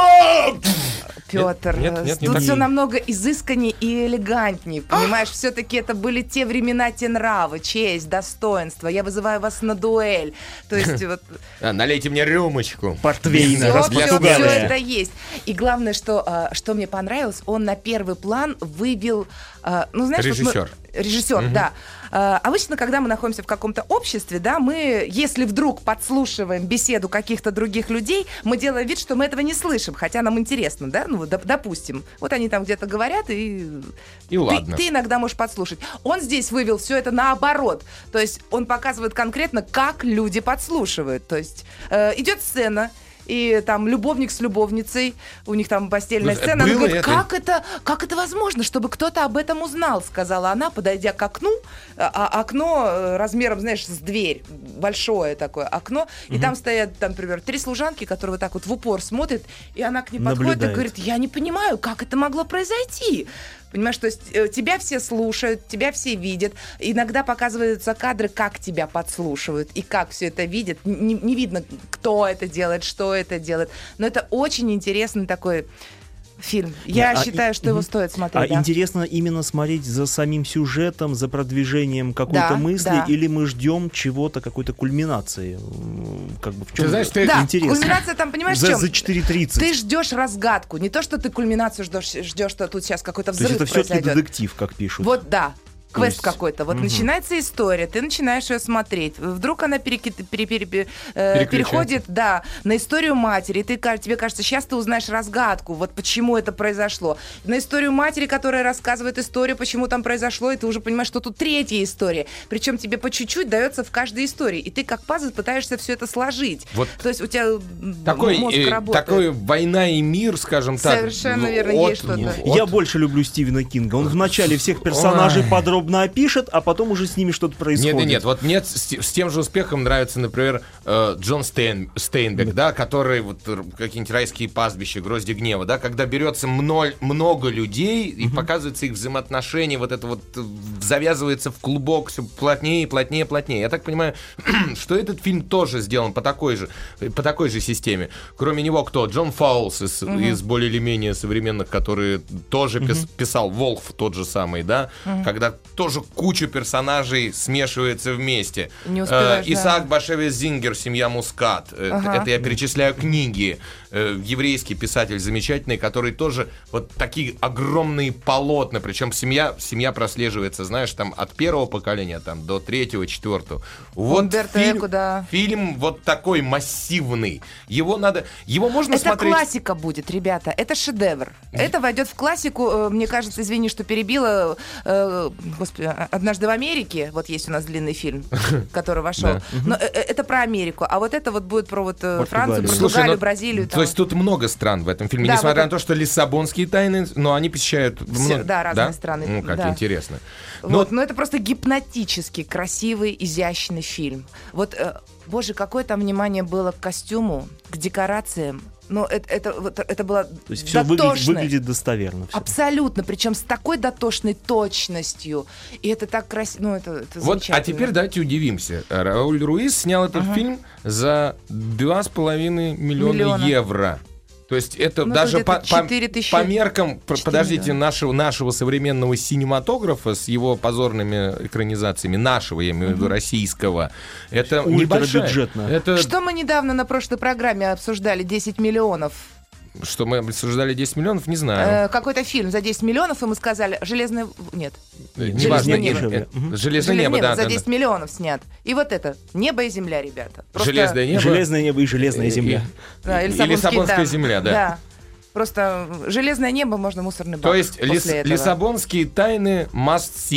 Петр, Нет, нет, нет, не тут так. все намного изысканнее и элегантнее. Понимаешь, все-таки это были те времена, те нравы, честь, достоинство. Я вызываю вас на дуэль. То есть вот... А, налейте мне рюмочку. Портвейна, Все, все, распортугалия. это есть. И главное, что, а, что мне понравилось, он на первый план вывел... а, ну, знаешь, вот мы- Режиссер. Режиссер, да. А, обычно, когда мы находимся в каком-то обществе, да, мы, если вдруг подслушиваем беседу каких-то других людей, мы делаем вид, что мы этого не слышим, хотя нам интересно, да, ну, доп- допустим. Вот они там где-то говорят, и, И ладно. Ты, ты иногда можешь подслушать. Он здесь вывел все это наоборот. То есть он показывает конкретно, как люди подслушивают. То есть э, идет сцена, и там любовник с любовницей, у них там постельная Ну, сцена. Она было говорит, это? как это, как это возможно, чтобы кто-то об этом узнал, сказала она, подойдя к окну. А, а окно э, размером, знаешь, с дверь, большое такое окно, и там стоят, там, например, три служанки, которые вот так вот в упор смотрят, и она к ним подходит и Наблюдает. говорит, я не понимаю, как это могло произойти. Понимаешь, то есть э, тебя все слушают, тебя все видят. Иногда показываются кадры, как тебя подслушивают и как все это видят. Не, не видно, кто это делает, что это делает. Но это очень интересный такой фильм. Я А, считаю, и- что его мгм. стоит смотреть. А да. интересно именно смотреть за самим сюжетом, за продвижением какой-то Да, мысли, да. или мы ждем чего-то, какой-то кульминации? М, Как бы в чем Ты знаешь, ты- Да, интересно? кульминация там, понимаешь, в За, чем? за четыре тридцать. Ты ждешь разгадку. Не то, что ты кульминацию ждешь, ждешь, что тут сейчас какой-то То есть взрыв это все-таки произойдет. детектив, как пишут. Вот да. Квест есть- какой-то. Вот Мгм. начинается история, ты начинаешь ее смотреть. Вдруг она переки- пере- пере- пере- э, Переключается. переходит, да, на историю матери. И ты, ка- тебе кажется, сейчас ты узнаешь разгадку, вот почему это произошло. На историю матери, которая рассказывает историю, почему там произошло, и ты уже понимаешь, что тут третья история. Причем тебе по чуть-чуть дается в каждой истории. И ты как пазл пытаешься все это сложить. Вот То есть у тебя м, Такой, мозг э, работает. такой «Война и мир», скажем так. Совершенно в- верно, от- есть что-то. от- Я больше люблю Стивена Кинга. Он вначале всех персонажей Ой. подробно опишет, а потом уже с ними что-то происходит. Нет, нет, нет. Вот мне с, с тем же успехом нравится, например, э, Джон Стейн, Стейнбек, да, который вот р- какие-нибудь райские пастбища, грозди гнева, да, когда берется мно- много людей и показывается их взаимоотношения, вот это вот э, завязывается в клубок все плотнее, плотнее, плотнее. Я так понимаю, что этот фильм тоже сделан по такой же, по такой же системе. Кроме него кто? Джон Фаулс из, из более или менее современных, который тоже пис- писал «Волф» тот же самый, да, когда тоже куча персонажей смешивается вместе. Не успеваешь, Э, да. Исаак Башевец Зингер, «Семья Мускат». Э, Ага. Это я перечисляю книги. Э, Еврейский писатель замечательный, который тоже вот такие огромные полотна. Причем семья, семья прослеживается, знаешь, там от первого поколения там, до третьего, четвертого. Вот Умберто фильм, Эко, да. фильм вот такой массивный. Его надо... Его можно Это смотреть... классика будет, ребята. Это шедевр. Это войдет в классику. э, Мне кажется, извини, что перебила. э, Господи, «Однажды в Америке». Вот есть у нас длинный фильм, который вошел. Да. Но э, э, это про Америку. А вот это вот будет про вот э, Португалию. Францию, Слушай, Португалию, ну, Бразилию. То есть тут много стран в этом фильме. Да, Несмотря вот на то, что Лиссабонские тайны, но они посещают... Все, много- да, разные страны, Ну, как да. интересно. Ну, Вот, но это просто гипнотически красивый, изящный фильм. Вот, э, боже, какое там внимание было к костюму, к декорациям. Ну, это, это, вот, это было То есть все дотошно. выглядит достоверно. всё. Абсолютно, причем с такой дотошной точностью. И это так красиво. Ну, это, это Вот, а замечательно. теперь давайте удивимся. Рауль Руис снял этот фильм за два с половиной миллиона Миллиона. евро. То есть это Ну, даже это по, где-то по- четыре тысячи- по меркам, п- четыре подождите, миллиона. нашего, нашего современного синематографа с его позорными экранизациями, нашего, я имею в виду, российского, это небольшая. ультрабюджетно. Это Что мы недавно на прошлой программе обсуждали? десять миллионов. что мы обсуждали десять миллионов, не знаю. Э, какой-то фильм за десять миллионов, и мы сказали, железное... Нет. Э, Нет, неважно, «Железное э, небо». э, Мгм. Железное небо, да. за да, десять да. миллионов снят. И вот это. Небо и земля, ребята. Просто- Железное небо. Железное небо и железная И- земля. Да, и- Лиссабонский, и Лиссабонская да. земля, да. Да. Просто железное небо, можно мусорный бак. То есть после лис- этого. Лиссабонские тайны must see.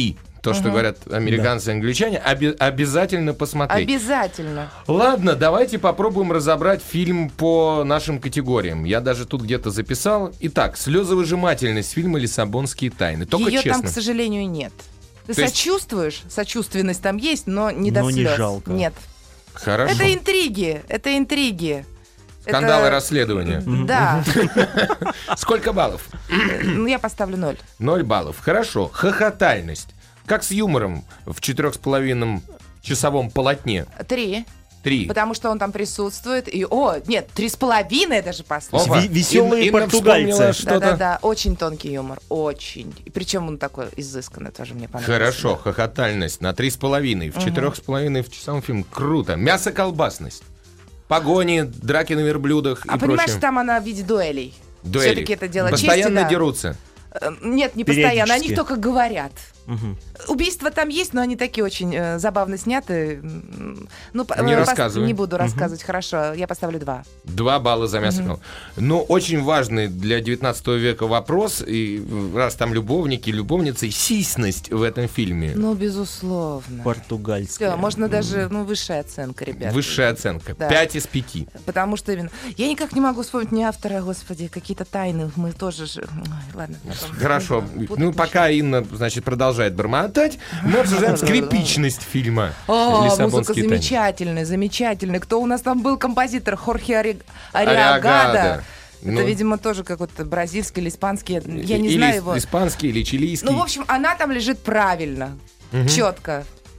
то, что говорят американцы и англичане, оби- обязательно посмотреть. Обязательно. Ладно, давайте попробуем разобрать фильм по нашим категориям. Я даже тут где-то записал. Итак, слезовыжимательность фильма «Лиссабонские тайны». Только Ее честно. там, к сожалению, нет. Ты То есть- сочувствуешь? Сочувственность там есть, но не до Но не слез. жалко. Нет. Хорошо. Это интриги. Это интриги. Скандалы Это- расследования. Да. Сколько баллов? Ну, я поставлю ноль. Ноль баллов. Хорошо. Хохотальность. Как с юмором в четырех с половиной часовом полотне? Три. Три. Потому что он там присутствует. И, о, нет, три с половиной даже поставлю. Опа. Ви- веселые Инна португальцы. вспомнила что-то. Да-да-да, очень тонкий юмор, очень. И причем он такой изысканный, тоже мне понравился. Хорошо, хохотальность на три с половиной, в четырех с половиной в часовом фильме. Круто. Мясо-колбасность. Погони, драки на верблюдах А и понимаешь, прочее. там она в виде дуэлей. Дуэли. Все-таки это дело Постоянно чести, да. дерутся. Э, Нет, не постоянно, о них Периодически. только говорят. Мгм. Убийства там есть, но они такие очень э, забавно сняты. М, Ну, по- Не э, пос- рассказывай. Не буду рассказывать, хорошо. Я поставлю два. Два балла за мясо. Но очень важный для девятнадцатого века вопрос, и раз там любовники, любовницы, сисьность в этом фильме. Ну, безусловно. Португальская. Все, можно даже, ну, высшая оценка, ребят. Высшая оценка. Да. Пять из пяти. Потому что именно... Я никак не могу вспомнить ни автора, господи, какие-то тайны. Мы тоже же... Ой, ладно. потом. Хорошо. Путать Ну, начну. пока Инна, значит, продолжает бормотать, мы обсуждаем скрипичность фильма О, музыка «Лиссабонские тайны». замечательная, замечательная. Кто у нас там был композитор? Хорхе Ари... Ариагада. Ариагада. Ну. Это, видимо, тоже какой-то бразильский или испанский. Я не Или знаю его. испанский, или чилийский. Ну, в общем, она там лежит правильно. Четко.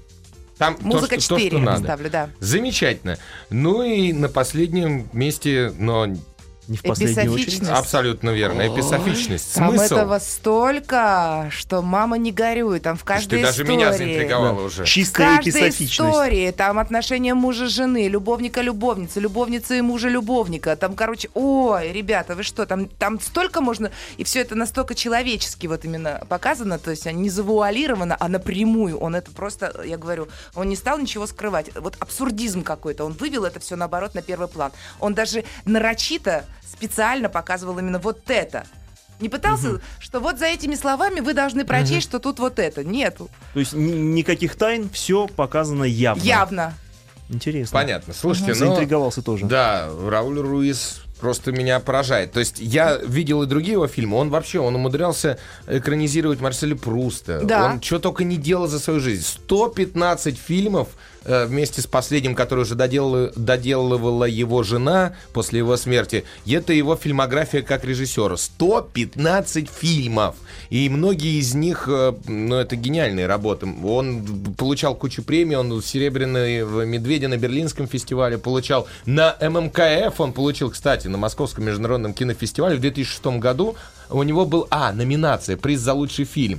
Там то, Музыка что- то, четыре что я надо. ставлю, да. Замечательно. Ну и на последнем месте, но Не в последнюю очередь. Эписофичность. абсолютно верно, эписофичность. Там Смысл? этого столько, что мама не горюй. Там в Слушай, каждой ты даже истории... меня заинтриговала уже. В Чистая каждой эписофичность. истории там отношения мужа-жены, любовника-любовницы, любовницы и мужа-любовника. Там, короче, ой, ребята, вы что, там, там столько можно... И все это настолько человечески вот именно показано, то есть не завуалировано, а напрямую. Он это просто, я говорю, он не стал ничего скрывать. Вот абсурдизм какой-то. Он вывел это все, наоборот, на первый план. Он даже нарочито, специально показывал именно вот это. Не пытался, что вот за этими словами вы должны прочесть, что тут вот это. Нет, То есть ни- никаких тайн, все показано явно. явно. Интересно. Понятно. Слушайте, ну... Заинтриговался тоже. Да, Рауль Руис просто меня поражает. То есть я видел и другие его фильмы. Он вообще, он умудрялся экранизировать Марселя Пруста. Да. Он что только не делал за свою жизнь. сто пятнадцать фильмов э, вместе с последним, который уже доделала, доделывала его жена после его смерти. И это его фильмография как режиссера. сто пятнадцать фильмов. И многие из них, э, ну, это гениальные работы. Он получал кучу премий. Он «Серебряного медведя» на Берлинском фестивале получал. На эм эм ка эф он получил, кстати, на Московском международном кинофестивале в две тысячи шестом году. У него был, а, номинация, приз за лучший фильм.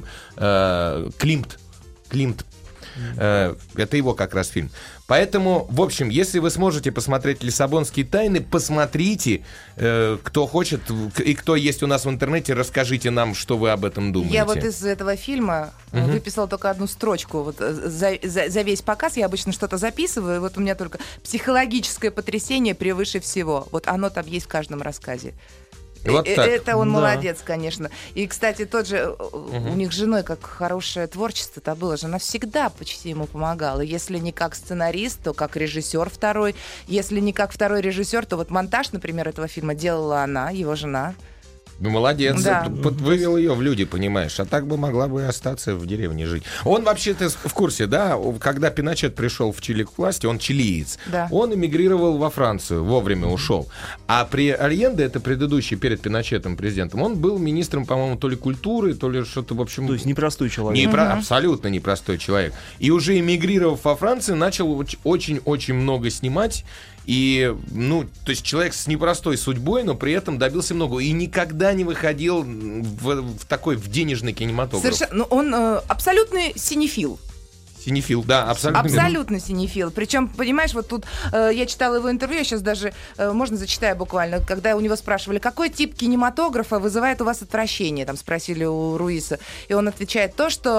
Э, Климт. Климт. Э, это его как раз фильм. Поэтому, в общем, если вы сможете посмотреть «Лиссабонские тайны», посмотрите. Э, кто хочет и кто есть у нас в интернете, расскажите нам, что вы об этом думаете. Я вот из этого фильма э, выписала только одну строчку. Вот э, за, за- за весь показ я обычно что-то записываю, и вот у меня только психологическое потрясение превыше всего. Вот оно там есть в каждом рассказе. Вот Э, так. Это он Да. молодец, конечно. И, кстати, тот же, э, у них с женой как хорошее творчество-то было. Жена всегда почти ему помогала. Если не как сценарист, то как режиссер второй. Если не как второй режиссер, то вот монтаж, например, этого фильма делала она, его жена. Ну, молодец. Да. Под- Вывел ее в люди, понимаешь. А так бы могла бы и остаться в деревне жить. Он вообще-то в курсе, да? Когда Пиночет пришел в Чили к власти, он чилиец. Да. Он эмигрировал во Францию, вовремя ушел. А при Альенде, это предыдущий перед Пиночетом президентом, он был министром, по-моему, то ли культуры, то ли что-то, в общем... То есть непростой человек. Непро- Абсолютно непростой человек. И уже эмигрировав во Францию, начал оч- очень-очень много снимать. И, ну, то есть человек с непростой судьбой, но при этом добился много. И никогда не выходил в, в такой, в денежный кинематограф. Совершенно, ну, он э, абсолютный синефил. Синефил, да, абсолютно. Абсолютно синефил. Причем, понимаешь, вот тут э, я читала его интервью, я сейчас даже, э, можно зачитаю буквально, когда у него спрашивали, какой тип кинематографа вызывает у вас отвращение, там спросили у Руиса. И он отвечает, то, что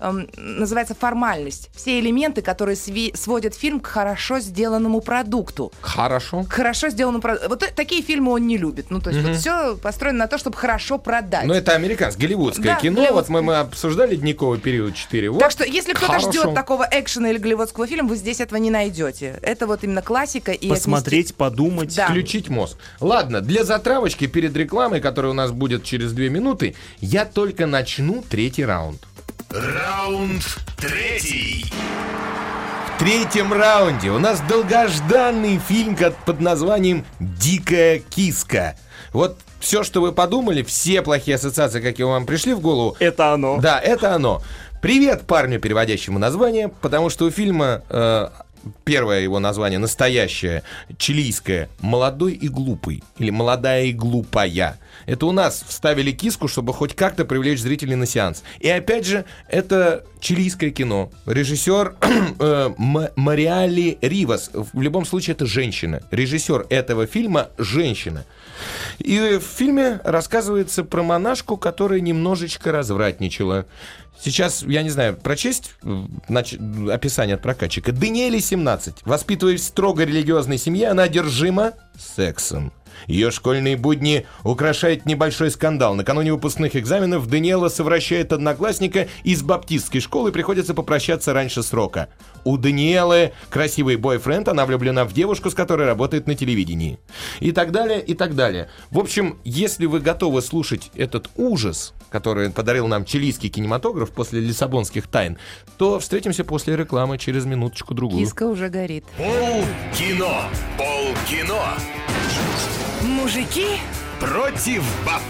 эм, называется формальность. Все элементы, которые сви- сводят фильм к хорошо сделанному продукту. Хорошо. К хорошо сделанному продукту. Вот э- такие фильмы он не любит. Ну, то есть Мгм. вот все построено на то, чтобы хорошо продать. Ну, это американское, голливудское Да, кино. голливудское. Вот мы, мы обсуждали «Ледниковый период четыре». Вот. Так что, если кто-то Хорошо. ждет такого экшена или голливудского фильма, вы здесь этого не найдете. Это вот именно классика. И Посмотреть, отнести- подумать. Да. Включить мозг. Ладно, для затравочки перед рекламой, которая у нас будет через две минуты, я только начну третий раунд. Раунд третий. В третьем раунде у нас долгожданный фильм ко- под названием «Дикая киска». Вот все, что вы подумали, все плохие ассоциации, какие вам пришли в голову, Это оно. да, это оно. Привет парню, переводящему название, потому что у фильма э, первое его название настоящее, чилийское, «Молодой и глупый» или «Молодая и глупая». Это у нас вставили киску, чтобы хоть как-то привлечь зрителей на сеанс. И опять же, это чилийское кино. Режиссер э, М- Мариали Ривас. В любом случае, это женщина. Режиссер этого фильма – женщина. И в фильме рассказывается про монашку, которая немножечко развратничала. Сейчас, я не знаю, прочесть э, нач... описание от прокатчика. Даниэле семнадцать. Воспитываясь в строго религиозной семье, она одержима сексом. Ее школьные будни украшает небольшой скандал. Накануне выпускных экзаменов Даниэла совращает одноклассника из баптистской школы и приходится попрощаться раньше срока. У Даниэлы красивый бойфренд, она влюблена в девушку, с которой работает на телевидении. И так далее, и так далее. В общем, если вы готовы слушать этот ужас, который подарил нам чилийский кинематограф после «Лиссабонских тайн», то встретимся после рекламы через минуточку-другую. Киска уже горит. Пол кино. Пол кино. Мужики, Против баб.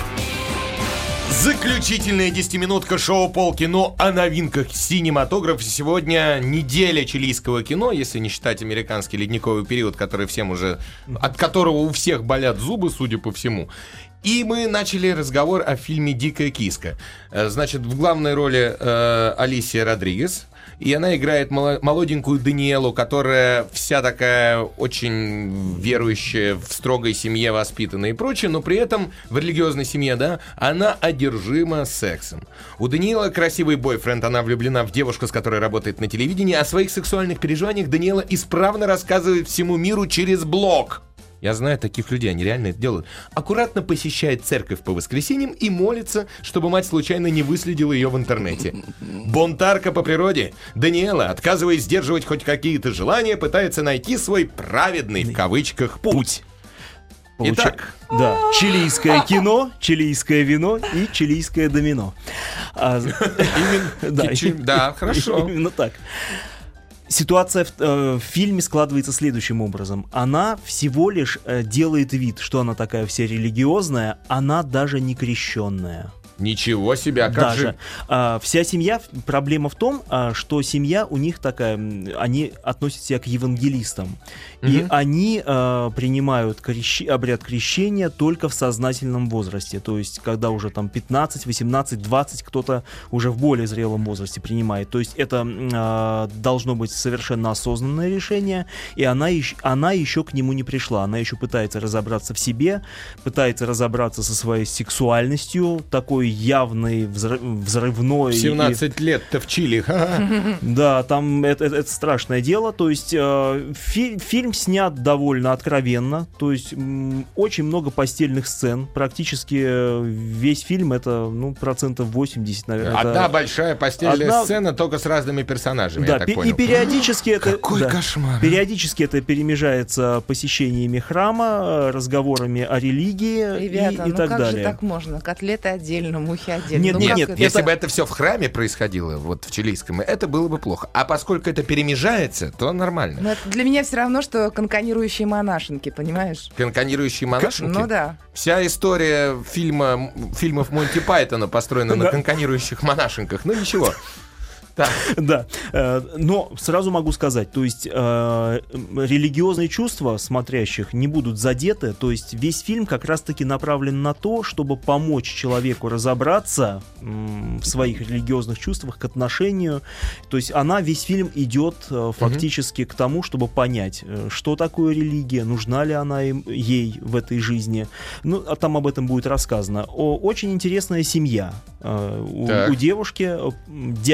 Заключительная десятиминутка шоу «Полкино» о новинках синематографа. Сегодня неделя чилийского кино, если не считать американский ледниковый период, который всем уже, от которого у всех болят зубы, судя по всему. И мы начали разговор о фильме «Дикая киска». Э, Значит, в главной роли э, Алисия Родригес. И она играет мало- молоденькую Даниэлу, которая вся такая очень верующая, в строгой семье воспитанная и прочее, но при этом в религиозной семье, да, она одержима сексом. У Даниэлы красивый бойфренд, она влюблена в девушку, с которой работает на телевидении. О своих сексуальных переживаниях Даниэла исправно рассказывает всему миру через блог. Я знаю таких людей, они реально это делают. Аккуратно посещает церковь по воскресеньям и молится, чтобы мать случайно не выследила ее в интернете. Бунтарка по природе, Даниэла, отказываясь сдерживать хоть какие-то желания, пытается найти свой «праведный» в кавычках путь. Получа- Итак, Да, чилийское кино, чилийское вино и чилийское домино. А, Да, Чи- да, хорошо. Именно так. Ситуация в, э, в фильме складывается следующим образом. Она всего лишь э, делает вид, что она такая вся религиозная, она даже не крещенная. Ничего себе, а как Даже. же... А, вся семья, проблема в том, а, что семья у них такая, м, они относят себя к евангелистам. И Мгм. они а, принимают крещи- обряд крещения только в сознательном возрасте. То есть, когда уже там пятнадцать, восемнадцать, двадцать, кто-то уже в более зрелом возрасте принимает. То есть, это м, а, должно быть совершенно осознанное решение, и она, ещ- она еще к нему не пришла. Она еще пытается разобраться в себе, пытается разобраться со своей сексуальностью, такой явный, взрыв- взрывной. В и- семнадцать лет-то в Чили. ха-ха. Да, там это, это- это страшное дело. То есть э, фи- фильм снят довольно откровенно. То есть м, очень много постельных сцен. Практически э, весь фильм это ну, процентов восемьдесят, наверное. это- Одна большая постельная Одна- сцена, только с разными персонажами, я Да, так пе- и понял. периодически это... Какой да. кошмар. Периодически это перемежается посещениями храма, э, разговорами о религии и- ребята, и, ну так как далее. же так можно? Котлеты отдельно, мухи отдельно. Нет, Ну нет, как нет, это? Если Это- бы это все в храме происходило, вот в чилийском, это было бы плохо. А поскольку это перемежается, то нормально. Ну, это для меня все равно, что конканирующие монашенки, понимаешь? Конканирующие монашенки. Ну да. Вся история фильма, фильмов Монти Пайтона построена на Да. конканирующих монашенках. Ну ничего. Так. Да, э, но сразу могу сказать, то есть э, религиозные чувства смотрящих не будут задеты, то есть весь фильм как раз-таки направлен на то, чтобы помочь человеку разобраться м, в своих религиозных чувствах к отношению, то есть она, весь фильм идет э, фактически к тому, чтобы понять, э, что такое религия, нужна ли она им, ей в этой жизни, ну, а там об этом будет рассказано. О, очень интересная семья, э, у, Так. у девушки э, дядя, папа,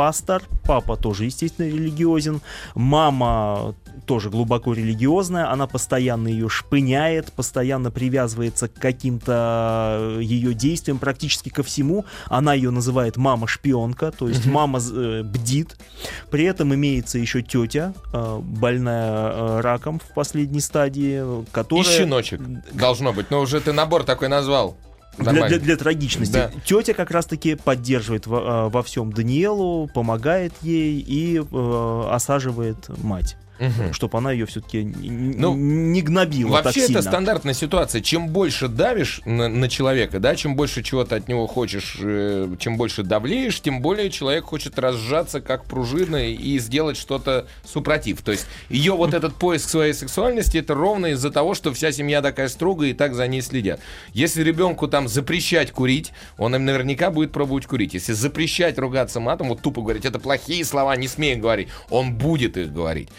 пастор, папа тоже, естественно, религиозен, мама тоже глубоко религиозная, она постоянно ее шпыняет, постоянно привязывается к каким-то ее действиям, практически ко всему. Она ее называет мама-шпионка, то есть мама э, бдит. При этом имеется еще тетя, э, больная э, раком в последней стадии, которая... И щеночек должно быть, но уже ты набор такой назвал. Для, для, для трагичности. Да. Тетя как раз-таки поддерживает во, во всем Даниэлу, помогает ей и э, осаживает мать. Угу. Чтобы она ее все-таки ну, не гнобила вообще так сильно. Это стандартная ситуация. Чем больше давишь на, на человека, да, чем больше чего-то от него хочешь, э, чем больше давлеешь, тем более человек хочет разжаться как пружина и сделать что-то супротив. То есть ее вот этот поиск своей сексуальности, это ровно из-за того, что вся семья такая строгая и так за ней следят. Если ребенку там запрещать курить, он им наверняка будет пробовать курить. Если запрещать ругаться матом, вот тупо говорить, это плохие слова, не смей их говорить, он будет их говорить.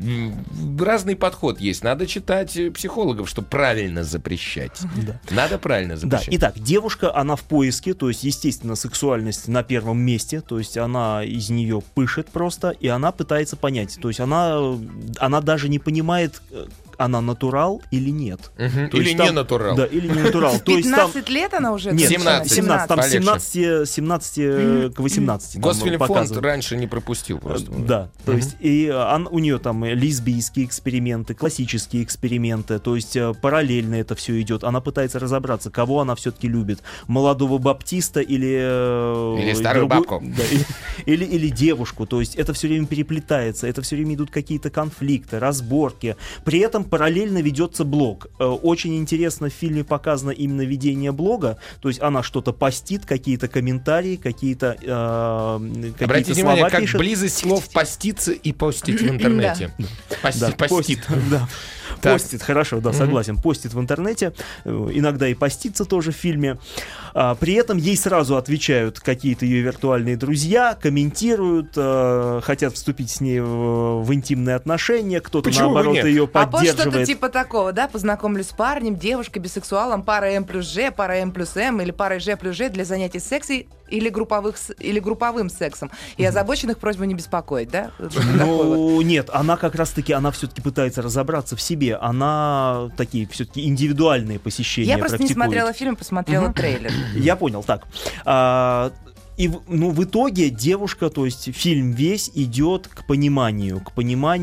Разный подход есть. Надо читать психологов, чтобы правильно запрещать. Да. Надо правильно запрещать. Да. Итак, девушка, она в поиске, то есть, естественно, сексуальность на первом месте, то есть она из нее пышет просто, и она пытается понять. То есть она, она даже не понимает, она натурал или нет. Угу. То или не там, натурал. Да, или не натурал. пятнадцать лет она уже? Нет, семнадцать. семнадцать, там семнадцать, семнадцать к восемнадцати. Госфильмфонд раньше не пропустил просто. Да, то угу. есть и он, у нее там лесбийские эксперименты, классические эксперименты, то есть параллельно это все идет. Она пытается разобраться, кого она все-таки любит. Молодого баптиста или... Или старую другую, бабку. Да, или, или, или девушку. То есть это все время переплетается, это все время идут какие-то конфликты, разборки. При этом параллельно ведется блог. Очень интересно в фильме показано именно ведение блога, то есть она что-то постит, какие-то комментарии, какие-то э, какие-то Обратите слова внимание, как пишет. Близость слов поститься и постить в интернете. Постит. Постит, да. Постит, хорошо, да, согласен. Постит в интернете, иногда и постится тоже в фильме. А, при этом ей сразу отвечают какие-то ее виртуальные друзья, комментируют, а, хотят вступить с ней в, в интимные отношения, кто-то Почему наоборот ее поддерживает. А вот что-то типа такого, да, познакомлюсь с парнем, девушкой, бисексуалом, пара М плюс Ж, пара М плюс М или пара Ж плюс Ж для занятий сексом или, групповых, или групповым сексом. И озабоченных просьба не беспокоить, да? Ну, нет, она как раз-таки, она все-таки пытается разобраться в себе. Она такие все-таки индивидуальные посещения Я просто практикует. не смотрела фильм, посмотрела угу. трейлер. Я понял, так. А, и ну, в итоге девушка, то есть фильм весь идет к пониманию, к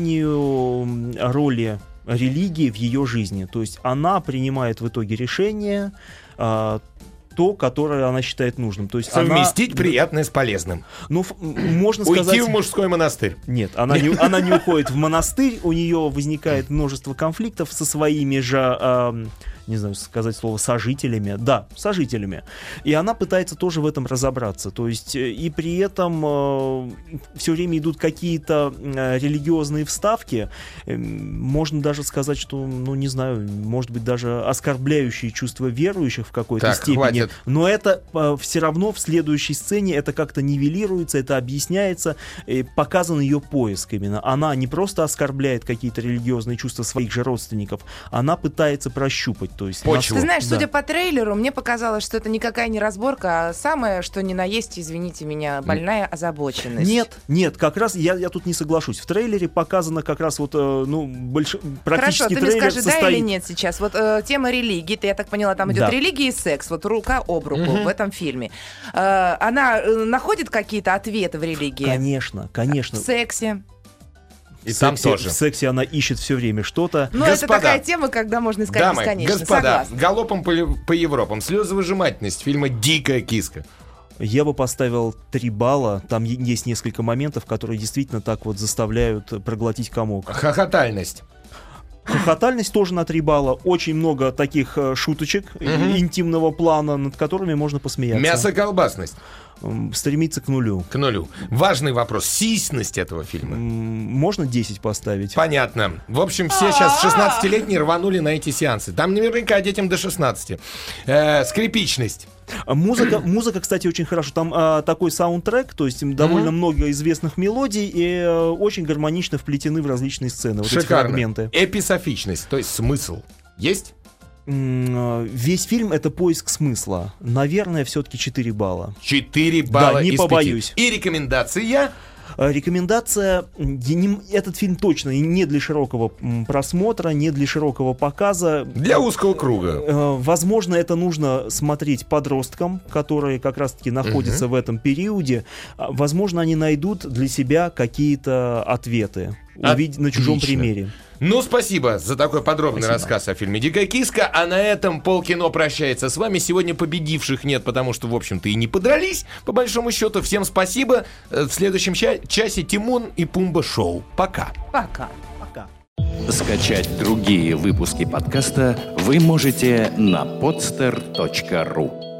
пониманию роли религии в ее жизни. То есть она принимает в итоге решение, а, то, которое она считает нужным. То есть совместить она... приятное с полезным. Ну, можно Уйти сказать... в мужской монастырь. Нет, она не, она не уходит в монастырь, у нее возникает множество конфликтов со своими же... Э, не знаю, сказать слово, сожителями. Да, сожителями. И она пытается тоже в этом разобраться. То есть, и при этом э, все время идут какие-то э, религиозные вставки. Э, можно даже сказать, что, ну, не знаю, может быть, даже оскорбляющие чувства верующих в какой-то так, степени. Хватит. Но это э, все равно в следующей сцене это как-то нивелируется, это объясняется. Э, показан ее поиск именно. Она не просто оскорбляет какие-то религиозные чувства своих же родственников, она пытается прощупать. То есть, почву. Ты знаешь, да. судя по трейлеру, мне показалось, что это никакая не разборка, а самое, что ни на есть, извините меня, больная озабоченность. Нет, нет, как раз я, я тут не соглашусь. В трейлере показано как раз вот, э, ну, больш... практически Хорошо, ты трейлер мне скажи, состоит... да или нет сейчас. Вот э, тема религии, ты, я так поняла, там идет да. религия и секс, вот рука об руку угу. в этом фильме. Э, она э, находит какие-то ответы в религии? Конечно, конечно. В сексе? И в там сексе, тоже. В сексе она ищет все время что-то. Ну, это такая тема, когда можно искать дамы, бесконечно. господа, Согласна. галопом по, по Европам. Слезовыжимательность фильма «Дикая киска». Я бы поставил три балла. Там е- есть несколько моментов, которые действительно так вот заставляют проглотить комок. Хохотальность. Хохотальность тоже на три балла. Очень много таких э, шуточек Угу. интимного плана, над которыми можно посмеяться. Мясоколбасность. М, Стремиться к нулю. К нулю. Важный вопрос. Сисьность этого фильма. М, Можно десять поставить? Понятно. В общем, все сейчас шестнадцатилетние рванули на эти сеансы. Там наверняка детям до шестнадцати. Э, скрипичность. А Музыка, музыка, кстати, очень хорошо. Там а, такой саундтрек, то есть м, довольно Мгм. много известных мелодий и а, очень гармонично вплетены в различные сцены. Вот эти Шикарно. фрагменты. Эписофичность, то есть смысл. Есть? М, Весь фильм — это поиск смысла. Наверное, все-таки четыре балла. четыре балла Да, не из побоюсь. пяти. И рекомендация? Э, Рекомендация: я не- этот фильм точно не для широкого м, просмотра, не для широкого показа. Для узкого круга. Э, Возможно, это нужно смотреть подросткам, которые как раз-таки находятся в этом периоде. А, Возможно, они найдут для себя какие-то ответы, увидеть на чужом Отлично. примере. Ну, спасибо за такой подробный Спасибо. рассказ о фильме «Дикая киска». А на этом полкино прощается с вами. Сегодня победивших нет, потому что, в общем-то, и не подрались, по большому счету. Всем спасибо. Э, В следующем ча- часе Тимон и Пумба шоу. Пока. Пока. Пока. Скачать другие выпуски подкаста вы можете на podster точка ру.